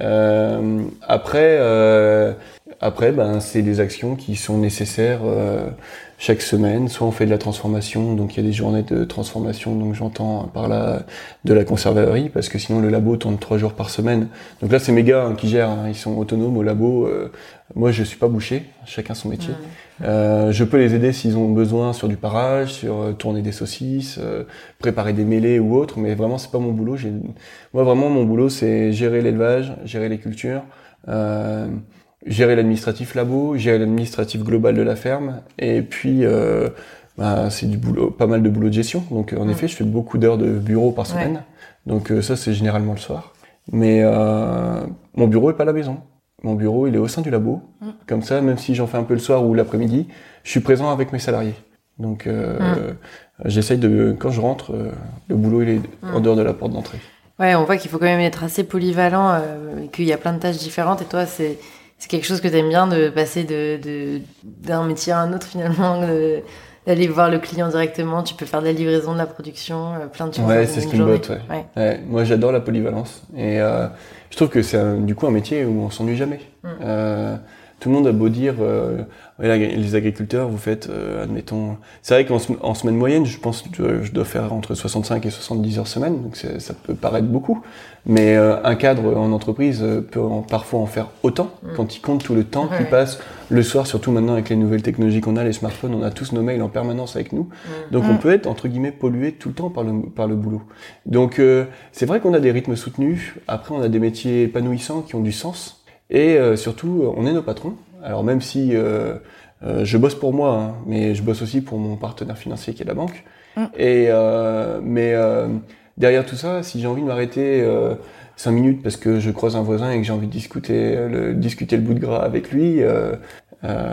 Euh, après, euh, après, ben c'est des actions qui sont nécessaires euh, chaque semaine. Soit on fait de la transformation, donc il y a des journées de transformation, donc j'entends par là de la conserverie, parce que sinon le labo tourne trois jours par semaine. Donc là, c'est mes gars hein, qui gèrent, hein, ils sont autonomes au labo. Euh, moi, je suis pas boucher, chacun son métier. Mmh. Euh, je peux les aider s'ils ont besoin sur du parage, sur euh, tourner des saucisses, euh, préparer des mêlées ou autre, mais vraiment c'est pas mon boulot. J'ai... Moi vraiment mon boulot c'est gérer l'élevage, gérer les cultures, euh, gérer l'administratif labo, gérer l'administratif global de la ferme, et puis euh, bah, c'est du boulot, pas mal de boulot de gestion. Donc en mmh. effet je fais beaucoup d'heures de bureau par semaine, ouais. donc euh, ça c'est généralement le soir. Mais euh, mon bureau est pas à la maison. Mon bureau, il est au sein du labo. Mmh. Comme ça, même si j'en fais un peu le soir ou l'après-midi, je suis présent avec mes salariés. Donc, euh, mmh. j'essaye de, quand je rentre, euh, le boulot, il est mmh. en dehors de la porte d'entrée. Ouais, on voit qu'il faut quand même être assez polyvalent, euh, qu'il y a plein de tâches différentes. Et toi, c'est, c'est quelque chose que t'aimes bien de passer de, de, d'un métier à un autre finalement, de, d'aller voir le client directement. Tu peux faire de la livraison, de la production, euh, plein de choses. Ouais, c'est ce qui me botte, ouais. Ouais. ouais. Moi, j'adore la polyvalence. Et, euh, je trouve que c'est un, du coup un métier où on s'ennuie jamais. Mmh. Euh, tout le monde a beau dire, euh, les agriculteurs, vous faites, euh, admettons, c'est vrai qu'en en semaine moyenne, je pense que je dois faire entre soixante-cinq et soixante-dix heures semaine, donc ça peut paraître beaucoup, mais euh, un cadre en entreprise peut en, parfois en faire autant mmh. quand il compte tout le temps qu'il passe le soir, surtout maintenant avec les nouvelles technologies qu'on a, les smartphones, on a tous nos mails en permanence avec nous, mmh. donc mmh. on peut être entre guillemets pollué tout le temps par le par le boulot. Donc euh, c'est vrai qu'on a des rythmes soutenus. Après on a des métiers épanouissants qui ont du sens. Et euh, surtout, on est nos patrons. Alors même si euh, euh, je bosse pour moi, hein, mais je bosse aussi pour mon partenaire financier qui est la banque. Mmh. Et euh, mais euh, derrière tout ça, si j'ai envie de m'arrêter euh, cinq minutes parce que je croise un voisin et que j'ai envie de discuter le, discuter le bout de gras avec lui, euh, euh,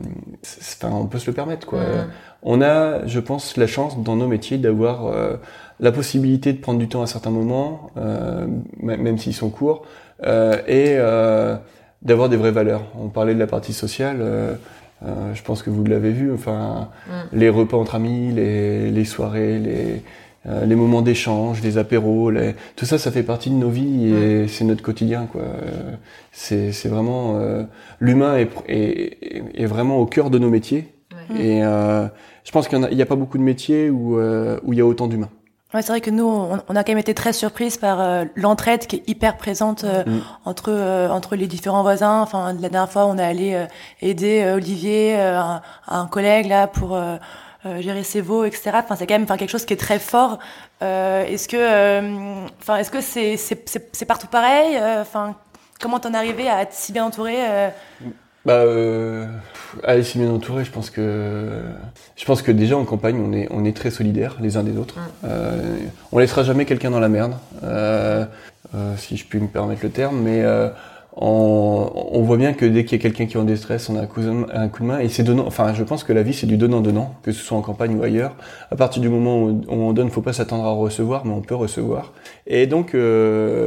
enfin, on peut se le permettre, quoi. Mmh. On a, je pense, la chance dans nos métiers d'avoir euh, la possibilité de prendre du temps à certains moments, euh, même s'ils sont courts. Euh, et euh, d'avoir des vraies valeurs. On parlait de la partie sociale, euh, euh, je pense que vous l'avez vu, enfin, mm. les repas entre amis, les, les soirées, les, euh, les moments d'échange, les apéros, les... tout ça, ça fait partie de nos vies et mm. c'est notre quotidien, quoi. C'est, c'est vraiment... Euh, l'humain est, est, est vraiment au cœur de nos métiers mm. et euh, je pense qu'il n'y a, a pas beaucoup de métiers où euh, où il y a autant d'humains. Ouais, c'est vrai que nous, on, on a quand même été très surprises par euh, l'entraide qui est hyper présente euh, mmh. entre euh, entre les différents voisins. Enfin, la dernière fois, on est allé euh, aider euh, Olivier, euh, un, un collègue là, pour euh, euh, gérer ses veaux, et cetera. Enfin, c'est quand même, enfin, quelque chose qui est très fort. Euh, est-ce que, enfin, euh, est-ce que c'est c'est c'est, c'est partout pareil? Enfin, euh, comment t'en es arrivé à être si bien entouré euh... Bah, euh, aller si bien entouré, je pense que, je pense que déjà en campagne, on est, on est très solidaires les uns des autres. Mmh. Euh, on laissera jamais quelqu'un dans la merde, euh, euh, si je puis me permettre le terme, mais euh, on, on voit bien que dès qu'il y a quelqu'un qui est en détresse, on a un coup de, un coup de main, et c'est donnant. Enfin, je pense que la vie c'est du donnant-donnant, que ce soit en campagne ou ailleurs. À partir du moment où on donne, faut pas s'attendre à recevoir, mais on peut recevoir. Et donc. Euh,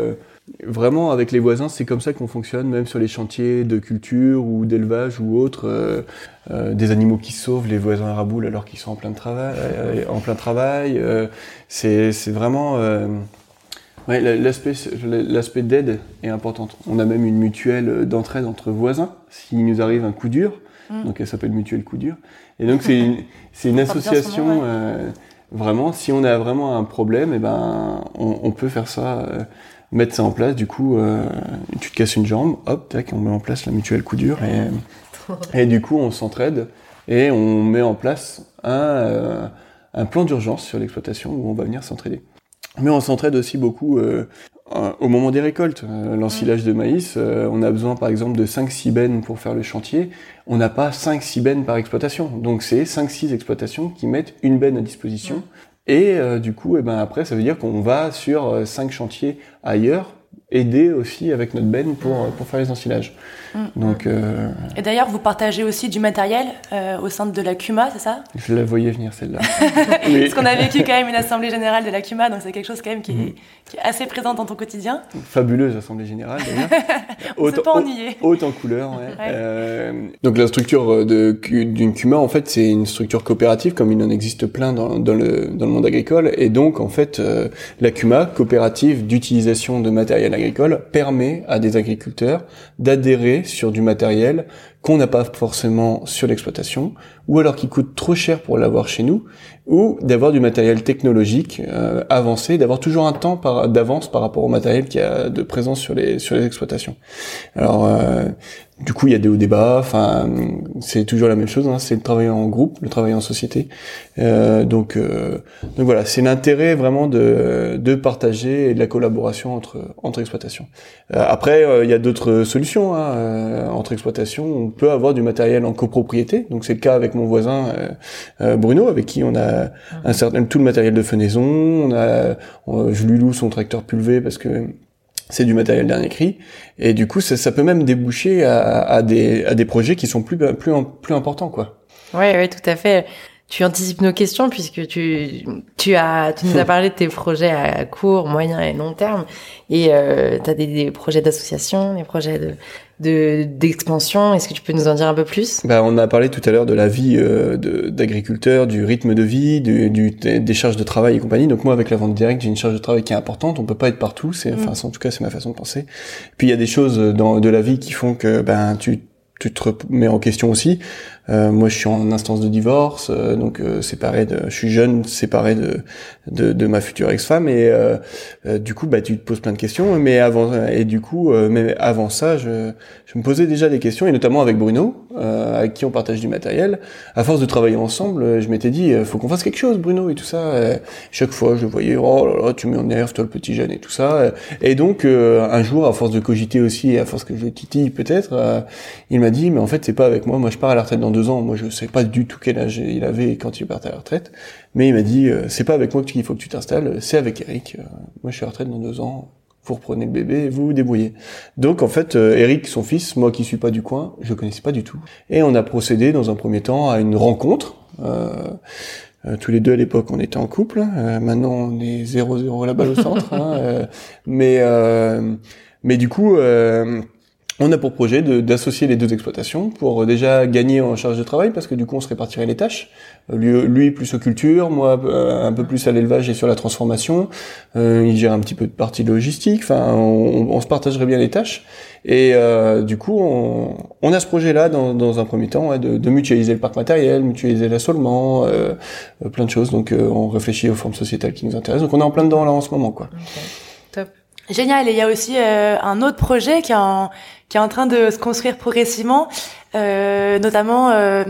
vraiment avec les voisins, c'est comme ça qu'on fonctionne, même sur les chantiers de culture ou d'élevage ou autres. Euh, euh, des animaux qui se sauvent, les voisins raboulent alors qu'ils sont en plein travail. Euh, en plein travail. Euh, c'est, c'est vraiment... Euh, ouais, l'aspect, l'aspect d'aide est important. On a même une mutuelle d'entraide entre voisins, s'il nous arrive un coup dur. Mmh. Donc elle s'appelle Mutuelle Coup Dur. Et donc c'est une, c'est une association... Nom, ouais. euh, vraiment, si on a vraiment un problème, eh ben, on, on peut faire ça... Euh, mettre ça en place, du coup, euh, tu te casses une jambe, hop, tac, on met en place la mutuelle coup dur, et, et du coup, on s'entraide, et on met en place un, euh, un plan d'urgence sur l'exploitation où on va venir s'entraider. Mais on s'entraide aussi beaucoup euh, au moment des récoltes. Euh, l'ensilage de maïs, euh, on a besoin par exemple de cinq six bennes pour faire le chantier. On n'a pas cinq six bennes par exploitation. Donc c'est cinq six exploitations qui mettent une benne à disposition. Mmh. Et euh, du coup, eh ben, après, ça veut dire qu'on va sur euh, cinq chantiers ailleurs, aider aussi avec notre benne pour, pour faire les ensilages. Mmh. Donc, euh... Et d'ailleurs, vous partagez aussi du matériel euh, au sein de la C U M A, c'est ça ? Je la voyais venir, celle-là. Oui. Parce qu'on a vécu quand même une assemblée générale de la C U M A, donc c'est quelque chose quand même qui, mmh. est, qui est assez présent dans ton quotidien. Fabuleuse assemblée générale, d'ailleurs. On ne peut pas ennuyer. Haute en couleur, ouais. ouais. Euh, donc la structure de, d'une C U M A, en fait, c'est une structure coopérative, comme il en existe plein dans, dans, le, dans le monde agricole. Et donc, en fait, euh, la C U M A, coopérative d'utilisation de matériel agricole, permet à des agriculteurs d'adhérer sur du matériel qu'on n'a pas forcément sur l'exploitation, ou alors qui coûte trop cher pour l'avoir chez nous, ou d'avoir du matériel technologique euh, avancé, d'avoir toujours un temps par, d'avance par rapport au matériel qui a de présence sur les sur les exploitations. Alors euh, du coup il y a des hauts débats, enfin c'est toujours la même chose, hein, c'est le travail en groupe, le travail en société. Euh, donc euh, donc voilà, c'est l'intérêt vraiment de de partager et de la collaboration entre entre exploitations. Euh, après euh, il y a d'autres solutions hein, euh, entre exploitations. On peut avoir du matériel en copropriété, donc c'est le cas avec mon voisin euh, euh, Bruno, avec qui on a un certain tout le matériel de fenaison. On a, on, je lui loue son tracteur pulvé parce que c'est du matériel dernier cri, et du coup ça, ça peut même déboucher à, à des à des projets qui sont plus plus plus importants quoi. Ouais ouais tout à fait. Tu anticipes nos questions puisque tu tu as tu nous as parlé de tes projets à court, moyen et long terme, et euh, tu as des, des projets d'association, des projets de de d'expansion. Est-ce que tu peux nous en dire un peu plus ? Bah on a parlé tout à l'heure de la vie euh, de, d'agriculteur, du rythme de vie, du, du des charges de travail et compagnie. Donc moi avec la vente directe, j'ai une charge de travail qui est importante. On peut pas être partout. C'est mmh. enfin en tout cas c'est ma façon de penser. Puis il y a des choses dans de la vie qui font que ben tu tu te remets en question aussi. Euh, moi, je suis en instance de divorce, euh, donc euh, séparé de, je suis jeune, séparé de de, de ma future ex-femme, et euh, euh, du coup, bah, tu te poses plein de questions. Mais avant, et du coup, euh, mais avant ça, je, je me posais déjà des questions, et notamment avec Bruno, euh, avec qui on partage du matériel. À force de travailler ensemble, je m'étais dit, faut qu'on fasse quelque chose, Bruno, et tout ça. Et chaque fois, je voyais, oh là là, tu m'énerves, toi le petit jeune, et tout ça. Et donc, euh, un jour, à force de cogiter aussi, et à force que je titille peut-être, euh, il m'a dit, mais en fait, c'est pas avec moi. Moi, je pars à la retraite dans deux ans. Moi, je sais pas du tout quel âge il avait quand il partait à la retraite. Mais il m'a dit, euh, c'est pas avec moi qu'il faut que tu t'installes, c'est avec Eric. Euh, moi, je suis à la retraite dans deux ans. Vous reprenez le bébé et vous vous débrouillez. Donc, en fait, euh, Eric, son fils, moi qui suis pas du coin, je le connaissais pas du tout. Et on a procédé, dans un premier temps, à une rencontre. Euh, euh, tous les deux, à l'époque, on était en couple. Euh, maintenant, on est zéro zéro la balle au centre. hein, euh, mais, euh, mais du coup... Euh, on a pour projet de, d'associer les deux exploitations pour déjà gagner en charge de travail, parce que du coup on se répartirait les tâches. Lui, lui plus aux cultures, moi un peu plus à l'élevage et sur la transformation. Euh, il gère un petit peu de partie logistique. Enfin, on, on se partagerait bien les tâches. Et euh, du coup, on, on a ce projet-là dans, dans un premier temps, ouais, de, de mutualiser le parc matériel, mutualiser l'assolement, euh, euh, plein de choses. Donc euh, on réfléchit aux formes sociétales qui nous intéressent. Donc on est en plein dedans là en ce moment, quoi. Okay. Top. Génial. Et il y a aussi euh, un autre projet qui est en qui est en train de se construire progressivement, euh, notamment euh,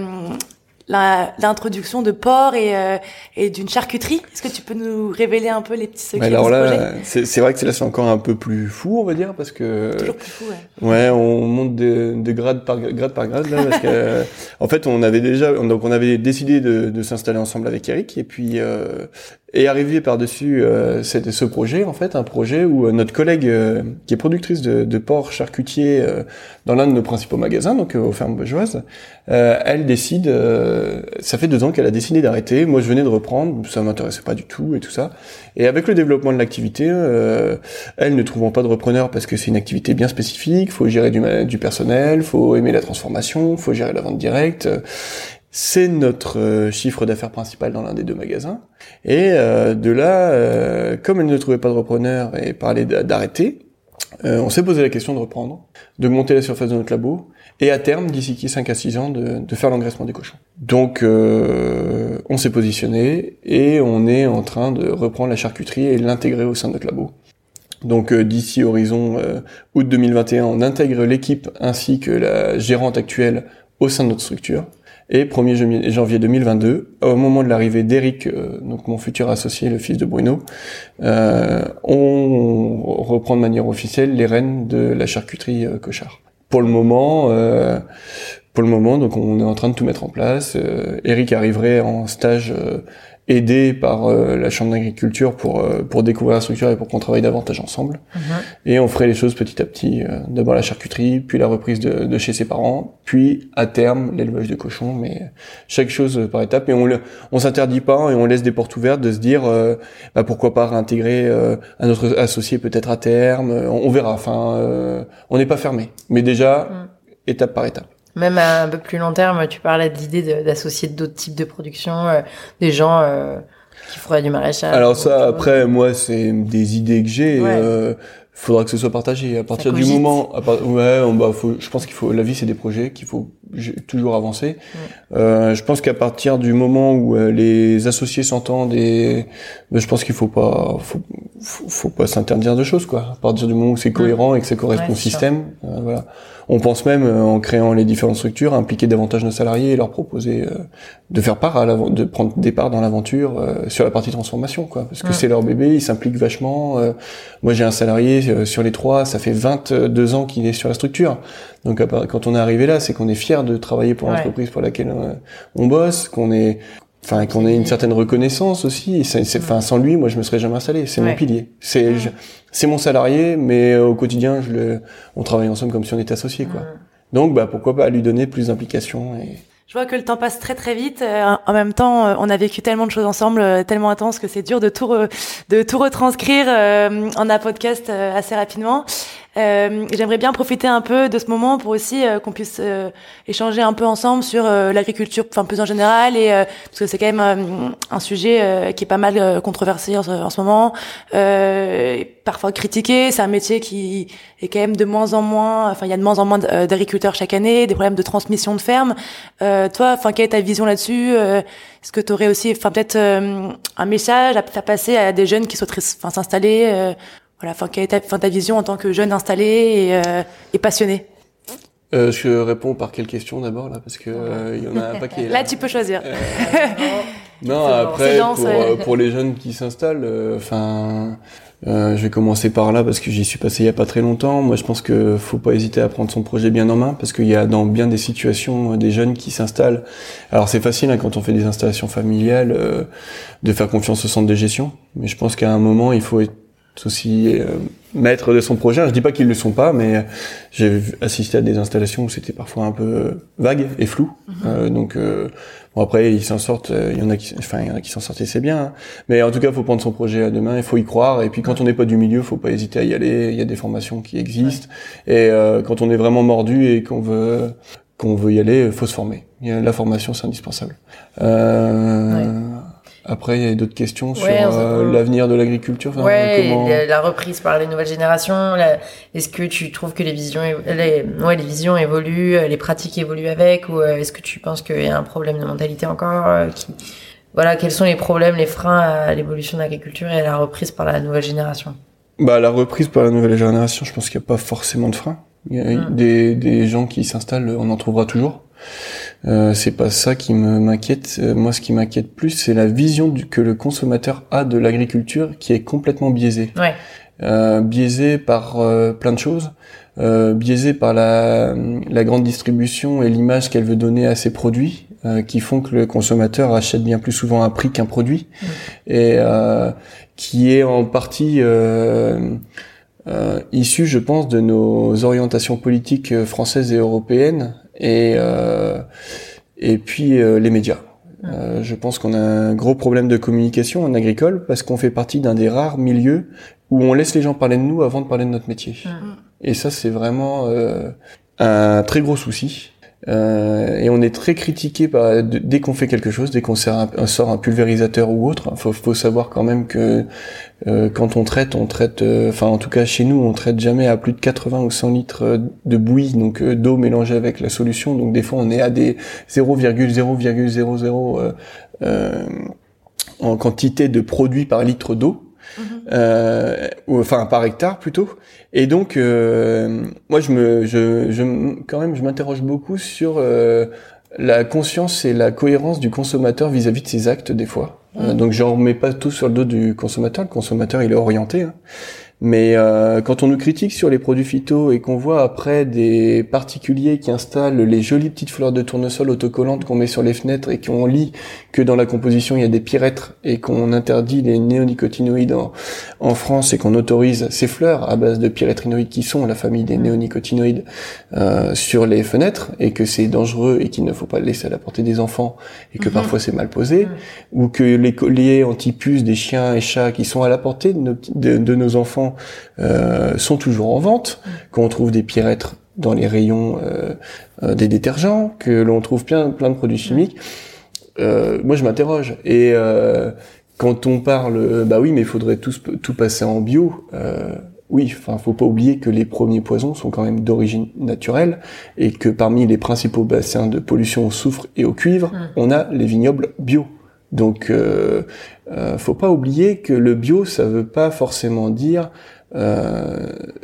la, l'introduction de porc et, euh, et d'une charcuterie. Est-ce que tu peux nous révéler un peu les petits secrets alors de ce là, projet ? c'est, c'est vrai que c'est là c'est encore un peu plus fou, on va dire, parce que toujours plus fou, ouais. Ouais, on monte de, de grade par grade par grade là, parce que en fait on avait déjà donc on avait décidé de, de s'installer ensemble avec Eric, et puis euh, Et arrivé par-dessus euh, cette, ce projet, en fait, un projet où euh, notre collègue euh, qui est productrice de, de porc charcutier euh, dans l'un de nos principaux magasins, donc euh, aux Fermes Beaujoises, euh, elle décide, euh, ça fait deux ans qu'elle a décidé d'arrêter. Moi, je venais de reprendre, ça m'intéressait pas du tout et tout ça. Et avec le développement de l'activité, euh, elle ne trouvant pas de repreneur parce que c'est une activité bien spécifique, faut gérer du, du personnel, faut aimer la transformation, faut gérer la vente directe. C'est notre euh, chiffre d'affaires principal dans l'un des deux magasins. Et euh, de là, euh, comme elle ne trouvait pas de repreneur et parlait d'arrêter, euh, on s'est posé la question de reprendre, d'augmenter la surface de notre labo, et à terme, d'ici cinq à six ans, de, de faire l'engraissement des cochons. Donc, euh, on s'est positionné, et on est en train de reprendre la charcuterie et l'intégrer au sein de notre labo. Donc euh, d'ici horizon euh, août deux mille vingt et un, on intègre l'équipe ainsi que la gérante actuelle au sein de notre structure. Et premier janvier deux mille vingt-deux, au moment de l'arrivée d'Eric, euh, donc mon futur associé, le fils de Bruno, euh, on reprend de manière officielle les rênes de la charcuterie euh, Cochard. Pour le moment, euh, pour le moment, donc on est en train de tout mettre en place. Euh, Eric arriverait en stage euh, aidé par euh, la chambre d'agriculture pour euh, pour découvrir la structure et pour qu'on travaille davantage ensemble. Mmh. Et on ferait les choses petit à petit. Euh, d'abord la charcuterie, puis la reprise de, de chez ses parents, puis à terme l'élevage de cochons. Mais chaque chose par étapes. Et on le, on s'interdit pas et on laisse des portes ouvertes de se dire euh, bah pourquoi pas réintégrer euh, un autre associé peut-être à terme. On, on verra. Enfin, euh, on n'est pas fermé. Mais déjà mmh. étape par étape. Même à un peu plus long terme, tu parlais de l'idée de, d'associer d'autres types de production, euh, des gens euh, qui feraient du maraîchage. Alors ça, après, moi, c'est des idées que j'ai. Ouais. Euh, faudra que ce soit partagé. À partir du moment, à part, ouais, on, bah, faut, je pense qu'il faut. La vie, c'est des projets qu'il faut toujours avancer. Ouais. Euh, je pense qu'à partir du moment où euh, les associés s'entendent, et bah, je pense qu'il faut pas, faut, faut, faut pas s'interdire de choses, quoi. À partir du moment où c'est cohérent ouais. et que ça correspond ouais, au système, euh, voilà. On pense même, euh, en créant les différentes structures, impliquer davantage nos salariés et leur proposer euh, de faire part à de prendre des parts dans l'aventure euh, sur la partie transformation, quoi. Parce que ouais. c'est leur bébé, ils s'impliquent vachement. Euh, moi, j'ai un salarié euh, sur les trois, ça fait vingt-deux ans qu'il est sur la structure. Donc, quand on est arrivé là, c'est qu'on est fier de travailler pour ouais. l'entreprise pour laquelle euh, on bosse, qu'on est, enfin, qu'on ait une certaine reconnaissance aussi. C'est, c'est, enfin, sans lui, moi, je me serais jamais installé. C'est ouais. mon pilier. C'est, ouais. je, c'est mon salarié, mais au quotidien, je le, on travaille ensemble comme si on était associés, quoi. Ouais. Donc, bah, pourquoi pas lui donner plus d'implication et... Je vois que le temps passe très très vite. Euh, en même temps, euh, on a vécu tellement de choses ensemble, euh, tellement intenses que c'est dur de tout re, de tout retranscrire euh, en un podcast euh, assez rapidement. Euh, j'aimerais bien profiter un peu de ce moment pour aussi euh, qu'on puisse euh, échanger un peu ensemble sur euh, l'agriculture, enfin plus en général, et euh, parce que c'est quand même euh, un sujet euh, qui est pas mal euh, controversé en, en ce moment, euh, parfois critiqué. C'est un métier qui est quand même de moins en moins, enfin il y a de moins en moins d'agriculteurs chaque année, des problèmes de transmission de ferme. Euh, toi, enfin quelle est ta vision là-dessus? euh, Est-ce que tu aurais aussi, enfin peut-être euh, un message à faire passer à des jeunes qui souhaiteraient, enfin s'installer? Euh, Voilà, enfin, quelle est ta, enfin, ta vision en tant que jeune installé et, euh, et passionné? Euh, je réponds par quelle question d'abord, là, parce que euh, il y en a un paquet. Là, là tu peux choisir. Euh, non, après, pour, euh, pour les jeunes qui s'installent, enfin, euh, euh, je vais commencer par là parce que j'y suis passé il y a pas très longtemps. Moi, je pense que faut pas hésiter à prendre son projet bien en main parce qu'il y a dans bien des situations euh, des jeunes qui s'installent. Alors, c'est facile hein, quand on fait des installations familiales euh, de faire confiance au centre de gestion, mais je pense qu'à un moment, il faut être aussi euh, maître de son projet. Je dis pas qu'ils le sont pas, mais j'ai assisté à des installations où c'était parfois un peu vague et flou. Mm-hmm. Euh, donc euh, bon après ils s'en sortent. Il y en a qui, enfin il y en a qui s'en sortent et c'est bien. Hein. Mais en tout cas, faut prendre son projet à deux mains. Il faut y croire. Et puis quand on n'est pas du milieu, faut pas hésiter à y aller. Il y a des formations qui existent. Ouais. Et euh, quand on est vraiment mordu et qu'on veut qu'on veut y aller, faut se former. La formation, c'est indispensable. Euh, ouais. Après, il y a d'autres questions sur ouais, euh, l'avenir de l'agriculture. Enfin, ouais, comment... la, la reprise par les nouvelles générations. La, est-ce que tu trouves que les visions, les, ouais, les visions évoluent, les pratiques évoluent avec, ou est-ce que tu penses qu'il y a un problème de mentalité encore euh, qui... Voilà, quels sont les problèmes, les freins à l'évolution de l'agriculture et à la reprise par la nouvelle génération? Bah, la reprise par la nouvelle génération, je pense qu'il n'y a pas forcément de frein. Il y a hum. des, des gens qui s'installent, on en trouvera toujours. Euh, c'est pas ça qui me m'inquiète. Euh, moi, ce qui m'inquiète plus, c'est la vision du, que le consommateur a de l'agriculture, qui est complètement biaisée. Ouais. Euh, biaisée par euh, plein de choses, euh, biaisée par la, la grande distribution et l'image qu'elle veut donner à ses produits. euh, qui font que le consommateur achète bien plus souvent un prix qu'un produit, mmh. et euh, qui est en partie euh, euh, issu, je pense, de nos orientations politiques françaises et européennes, et euh, et puis euh, les médias. Euh, je pense qu'on a un gros problème de communication en agricole parce qu'on fait partie d'un des rares milieux où on laisse les gens parler de nous avant de parler de notre métier. Mmh. Et ça, c'est vraiment euh, un très gros souci. Euh, et on est très critiqué par, de, dès qu'on fait quelque chose, dès qu'on sort un, un, sort un pulvérisateur ou autre. Faut, faut savoir quand même que euh, quand on traite, on traite, enfin euh, en tout cas chez nous, on traite jamais à plus de quatre-vingts ou cent litres de bouillie, donc euh, d'eau mélangée avec la solution. Donc des fois, on est à des zéro virgule zéro virgule zéro zéro euh, euh, en quantité de produits par litre d'eau. Mmh. Euh, ou enfin par hectare plutôt. Et donc euh, moi je me je je quand même je m'interroge beaucoup sur euh, la conscience et la cohérence du consommateur vis-à-vis de ses actes des fois. Mmh. Euh, donc j'en remets pas tout sur le dos du consommateur. Le consommateur il est orienté. Hein. Mais euh, quand on nous critique sur les produits phyto et qu'on voit après des particuliers qui installent les jolies petites fleurs de tournesol autocollantes qu'on met sur les fenêtres et qu'on lit que dans la composition il y a des pyrètres et qu'on interdit les néonicotinoïdes en, en France et qu'on autorise ces fleurs à base de pyrétrinoïdes qui sont la famille des néonicotinoïdes euh, sur les fenêtres et que c'est dangereux et qu'il ne faut pas le laisser à la portée des enfants et que mmh. parfois c'est mal posé, mmh. ou que les colliers anti-puces des chiens et chats qui sont à la portée de nos, de, de nos enfants Euh, sont toujours en vente, mmh. qu'on trouve des pyrètres dans les rayons euh, euh, des détergents, que l'on trouve plein, plein de produits chimiques. Mmh. Euh, moi, je m'interroge. Et euh, quand on parle, bah oui, mais il faudrait tout, tout passer en bio. Euh, oui, enfin, faut pas oublier que les premiers poisons sont quand même d'origine naturelle et que parmi les principaux bassins de pollution au soufre et au cuivre, mmh. on a les vignobles bio. Donc, euh, euh, faut pas oublier que le bio, ça veut pas forcément dire euh,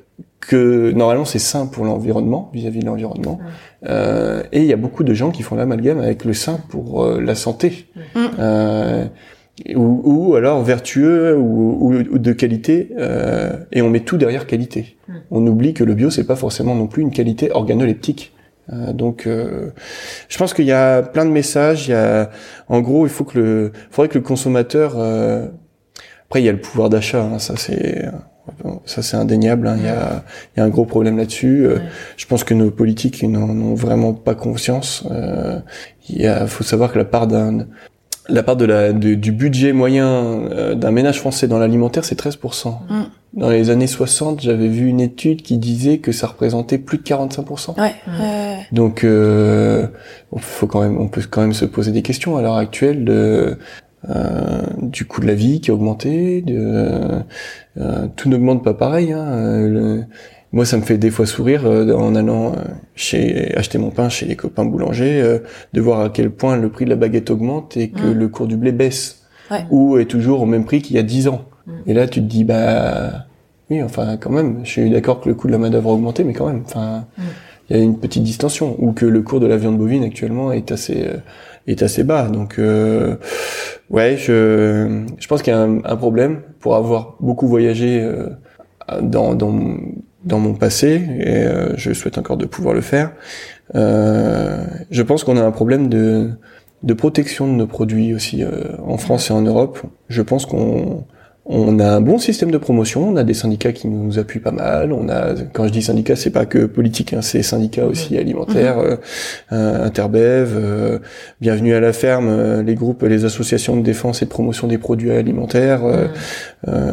que normalement c'est sain pour l'environnement, vis-à-vis de l'environnement. Mmh. Euh, et il y a beaucoup de gens qui font l'amalgame avec le sain pour euh, la santé, mmh. euh, ou, ou alors vertueux ou, ou, ou de qualité. Euh, et on met tout derrière qualité. Mmh. On oublie que le bio, c'est pas forcément non plus une qualité organoleptique. Euh, donc, euh, je pense qu'il y a plein de messages. Il y a, en gros, il faut que le, faudrait que le consommateur. Euh, après, il y a le pouvoir d'achat. Hein, ça, c'est, ça, c'est indéniable. Hein, il y a, il y a un gros problème là-dessus. Euh, je pense que nos politiques n'en ont vraiment pas conscience. Euh, il y a, faut savoir que la part d'un, la part de la, de, du budget moyen euh, d'un ménage français dans l'alimentaire, c'est treize pour cent. Mm. Dans les années soixante, j'avais vu une étude qui disait que ça représentait plus de quarante-cinq pour cent. Ouais. Euh... Donc, euh, faut quand même, on peut quand même se poser des questions à l'heure actuelle de, euh, du coût de la vie qui a augmenté. De, euh, tout n'augmente pas pareil. Hein, le, moi, ça me fait des fois sourire euh, en allant chez acheter mon pain chez les copains boulangers, euh, de voir à quel point le prix de la baguette augmente et que mmh. le cours du blé baisse, ouais. ou est toujours au même prix qu'il y a dix ans. Mmh. Et là, tu te dis, bah oui, enfin, quand même, je suis d'accord que le coût de la main-d'œuvre a augmenté, mais quand même, enfin, il mmh. y a une petite distension, ou que le cours de la viande bovine actuellement est assez euh, est assez bas. Donc, euh, ouais, je je pense qu'il y a un, un problème pour avoir beaucoup voyagé euh, dans dans dans mon passé, et euh, je souhaite encore de pouvoir le faire. Euh, je pense qu'on a un problème de, de protection de nos produits aussi euh, en France et en Europe. Je pense qu'on on a un bon système de promotion, on a des syndicats qui nous appuient pas mal. On a, quand je dis syndicats, c'est pas que politique, hein, c'est syndicats aussi alimentaires, mmh. euh, Interbev, euh, Bienvenue à la ferme, euh, les groupes, les associations de défense et de promotion des produits alimentaires. Euh, mmh. euh,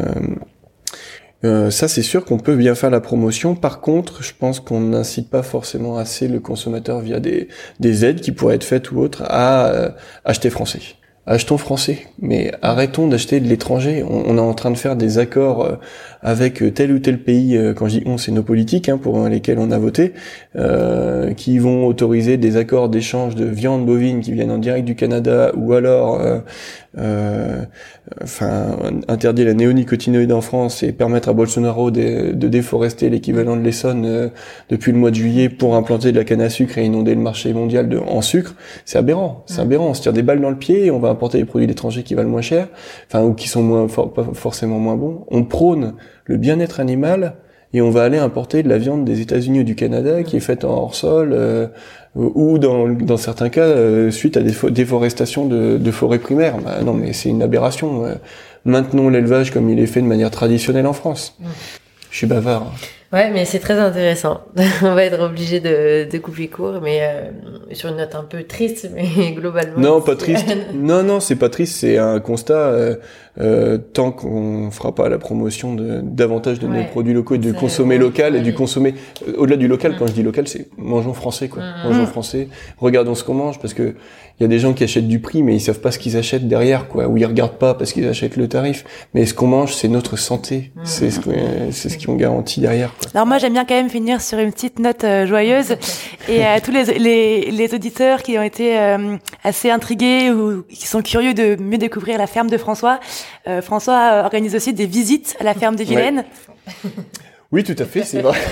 Euh, ça, c'est sûr qu'on peut bien faire la promotion. Par contre, je pense qu'on n'incite pas forcément assez le consommateur via des, des aides qui pourraient être faites ou autres à euh, acheter français. Achetons français, mais arrêtons d'acheter de l'étranger. On, on est en train de faire des accords euh, avec tel ou tel pays, euh, quand je dis on, c'est nos politiques, hein, pour lesquels on a voté, euh, qui vont autoriser des accords d'échange de viande bovine qui viennent en direct du Canada, ou alors euh, euh, enfin interdire la néonicotinoïde en France et permettre à Bolsonaro de, de déforester l'équivalent de l'Essonne euh, depuis le mois de juillet pour implanter de la canne à sucre et inonder le marché mondial de, en sucre. C'est aberrant, c'est aberrant. On se tire des balles dans le pied et on va importer des produits d'étrangers qui valent moins cher, enfin, ou qui sont moins, for, pas forcément moins bons. On prône le bien-être animal et on va aller importer de la viande des États-Unis ou du Canada qui est faite en hors-sol, euh, ou dans, dans certains cas euh, suite à des fo- déforestation de, de forêts primaires. Bah non, mais c'est une aberration. Euh, maintenons l'élevage comme il est fait de manière traditionnelle en France. Mmh. Je suis bavard. Ouais, mais c'est très intéressant. On va être obligé de, de couper court, mais euh, sur une note un peu triste, mais globalement. Non, pas triste. Non, non, c'est pas triste. C'est un constat. Euh, euh, tant qu'on fera pas la promotion de davantage de ouais, nos produits locaux et de consommer local et du consommer euh, au-delà du local. Mmh. Quand je dis local, c'est mangeons français, quoi. Mmh. Mangeons français. Regardons ce qu'on mange, parce que il y a des gens qui achètent du prix, mais ils savent pas ce qu'ils achètent derrière, quoi. Ou ils regardent pas parce qu'ils achètent le tarif. Mais ce qu'on mange, c'est notre santé. Mmh. C'est ce qu'on, c'est ce qu'on garantit derrière, quoi. Alors moi, j'aime bien quand même finir sur une petite note euh, joyeuse. Et euh, tous les, les, les auditeurs qui ont été euh, assez intrigués ou qui sont curieux de mieux découvrir la ferme de François, euh, François organise aussi des visites à la ferme des Vilaines. Ouais. Oui, tout à fait, c'est vrai.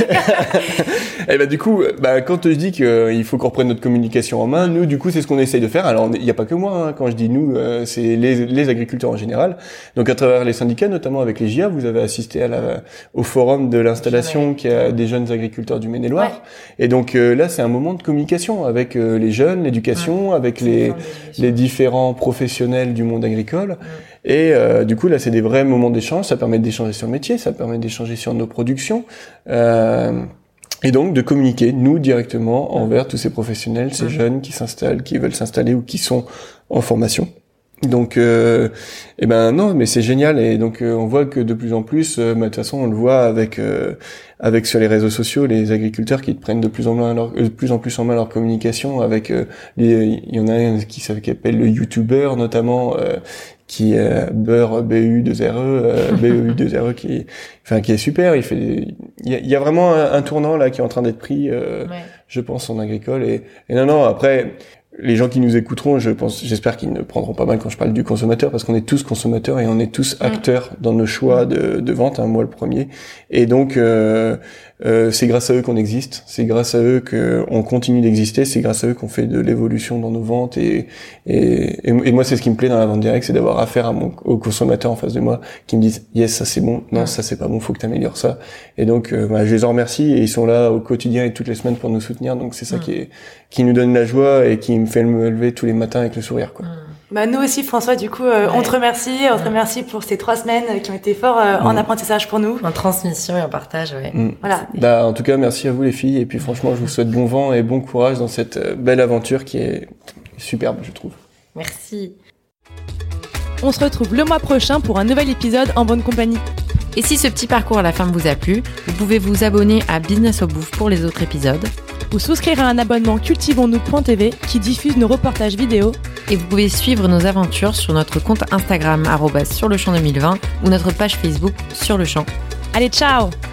Et bah du coup, bah quand je dis qu'il faut qu'on reprenne notre communication en main, nous du coup c'est ce qu'on essaye de faire. Alors il n'y a pas que moi, hein. Quand je dis nous, euh, c'est les, les agriculteurs en général. Donc à travers les syndicats, notamment avec les J A, vous avez assisté à la, au forum de l'installation qui a des jeunes agriculteurs du Maine-et-Loire. Ouais. Et donc euh, là c'est un moment de communication avec euh, les jeunes, l'éducation, ouais. avec les, les différents professionnels du monde agricole. Ouais. Et euh, du coup là c'est des vrais moments d'échange. Ça permet d'échanger sur le métier, ça permet d'échanger sur nos productions. Euh, et donc de communiquer nous directement envers tous ces professionnels, ces mmh. jeunes qui s'installent, qui veulent s'installer ou qui sont en formation. Donc, euh, eh ben non, mais c'est génial. Et donc euh, on voit que de plus en plus, euh, bah, de toute façon, on le voit avec euh, avec sur les réseaux sociaux, les agriculteurs qui prennent de plus en plus leur, de plus en plus en main leur communication. Avec euh, les, il y en a un qui s'appelle le YouTuber notamment. Euh, qui euh, beurre B U deux R E euh, B E U deux R E qui enfin qui est super, il fait il y a, y a vraiment un, un tournant là qui est en train d'être pris euh, ouais. je pense en agricole et, et non non après les gens qui nous écouteront, je pense, j'espère qu'ils ne prendront pas mal quand je parle du consommateur, parce qu'on est tous consommateurs et on est tous acteurs dans nos choix de, de vente, hein, moi le premier. Et donc, euh, euh, c'est grâce à eux qu'on existe, c'est grâce à eux qu'on continue d'exister, c'est grâce à eux qu'on fait de l'évolution dans nos ventes. Et, et, et moi, c'est ce qui me plaît dans la vente directe, c'est d'avoir affaire à mon, aux consommateurs en face de moi qui me disent « Yes, ça c'est bon, non, ça c'est pas bon, faut que t'améliores ça. » Et donc, euh, bah, je les en remercie et ils sont là au quotidien et toutes les semaines pour nous soutenir. Donc, c'est ça qui est, qui nous donne la joie et qui me fait me lever tous les matins avec le sourire, quoi. Bah nous aussi, François, du coup, euh, ouais. on te remercie, on te remercie pour ces trois semaines qui ont été forts euh, mmh. en apprentissage pour nous. En transmission et en partage, ouais. Mmh. Voilà. Bah, en tout cas, merci à vous les filles, et puis franchement, je vous souhaite bon vent et bon courage dans cette belle aventure qui est superbe, je trouve. Merci. On se retrouve le mois prochain pour un nouvel épisode en bonne compagnie. Et si ce petit parcours à la ferme vous a plu, vous pouvez vous abonner à Business au Bouffe pour les autres épisodes. Ou souscrire à un abonnement cultivons-nous point t v qui diffuse nos reportages vidéo. Et vous pouvez suivre nos aventures sur notre compte Instagram arobase sur le champ deux mille vingt ou notre page Facebook Sur le Champ. Allez, ciao!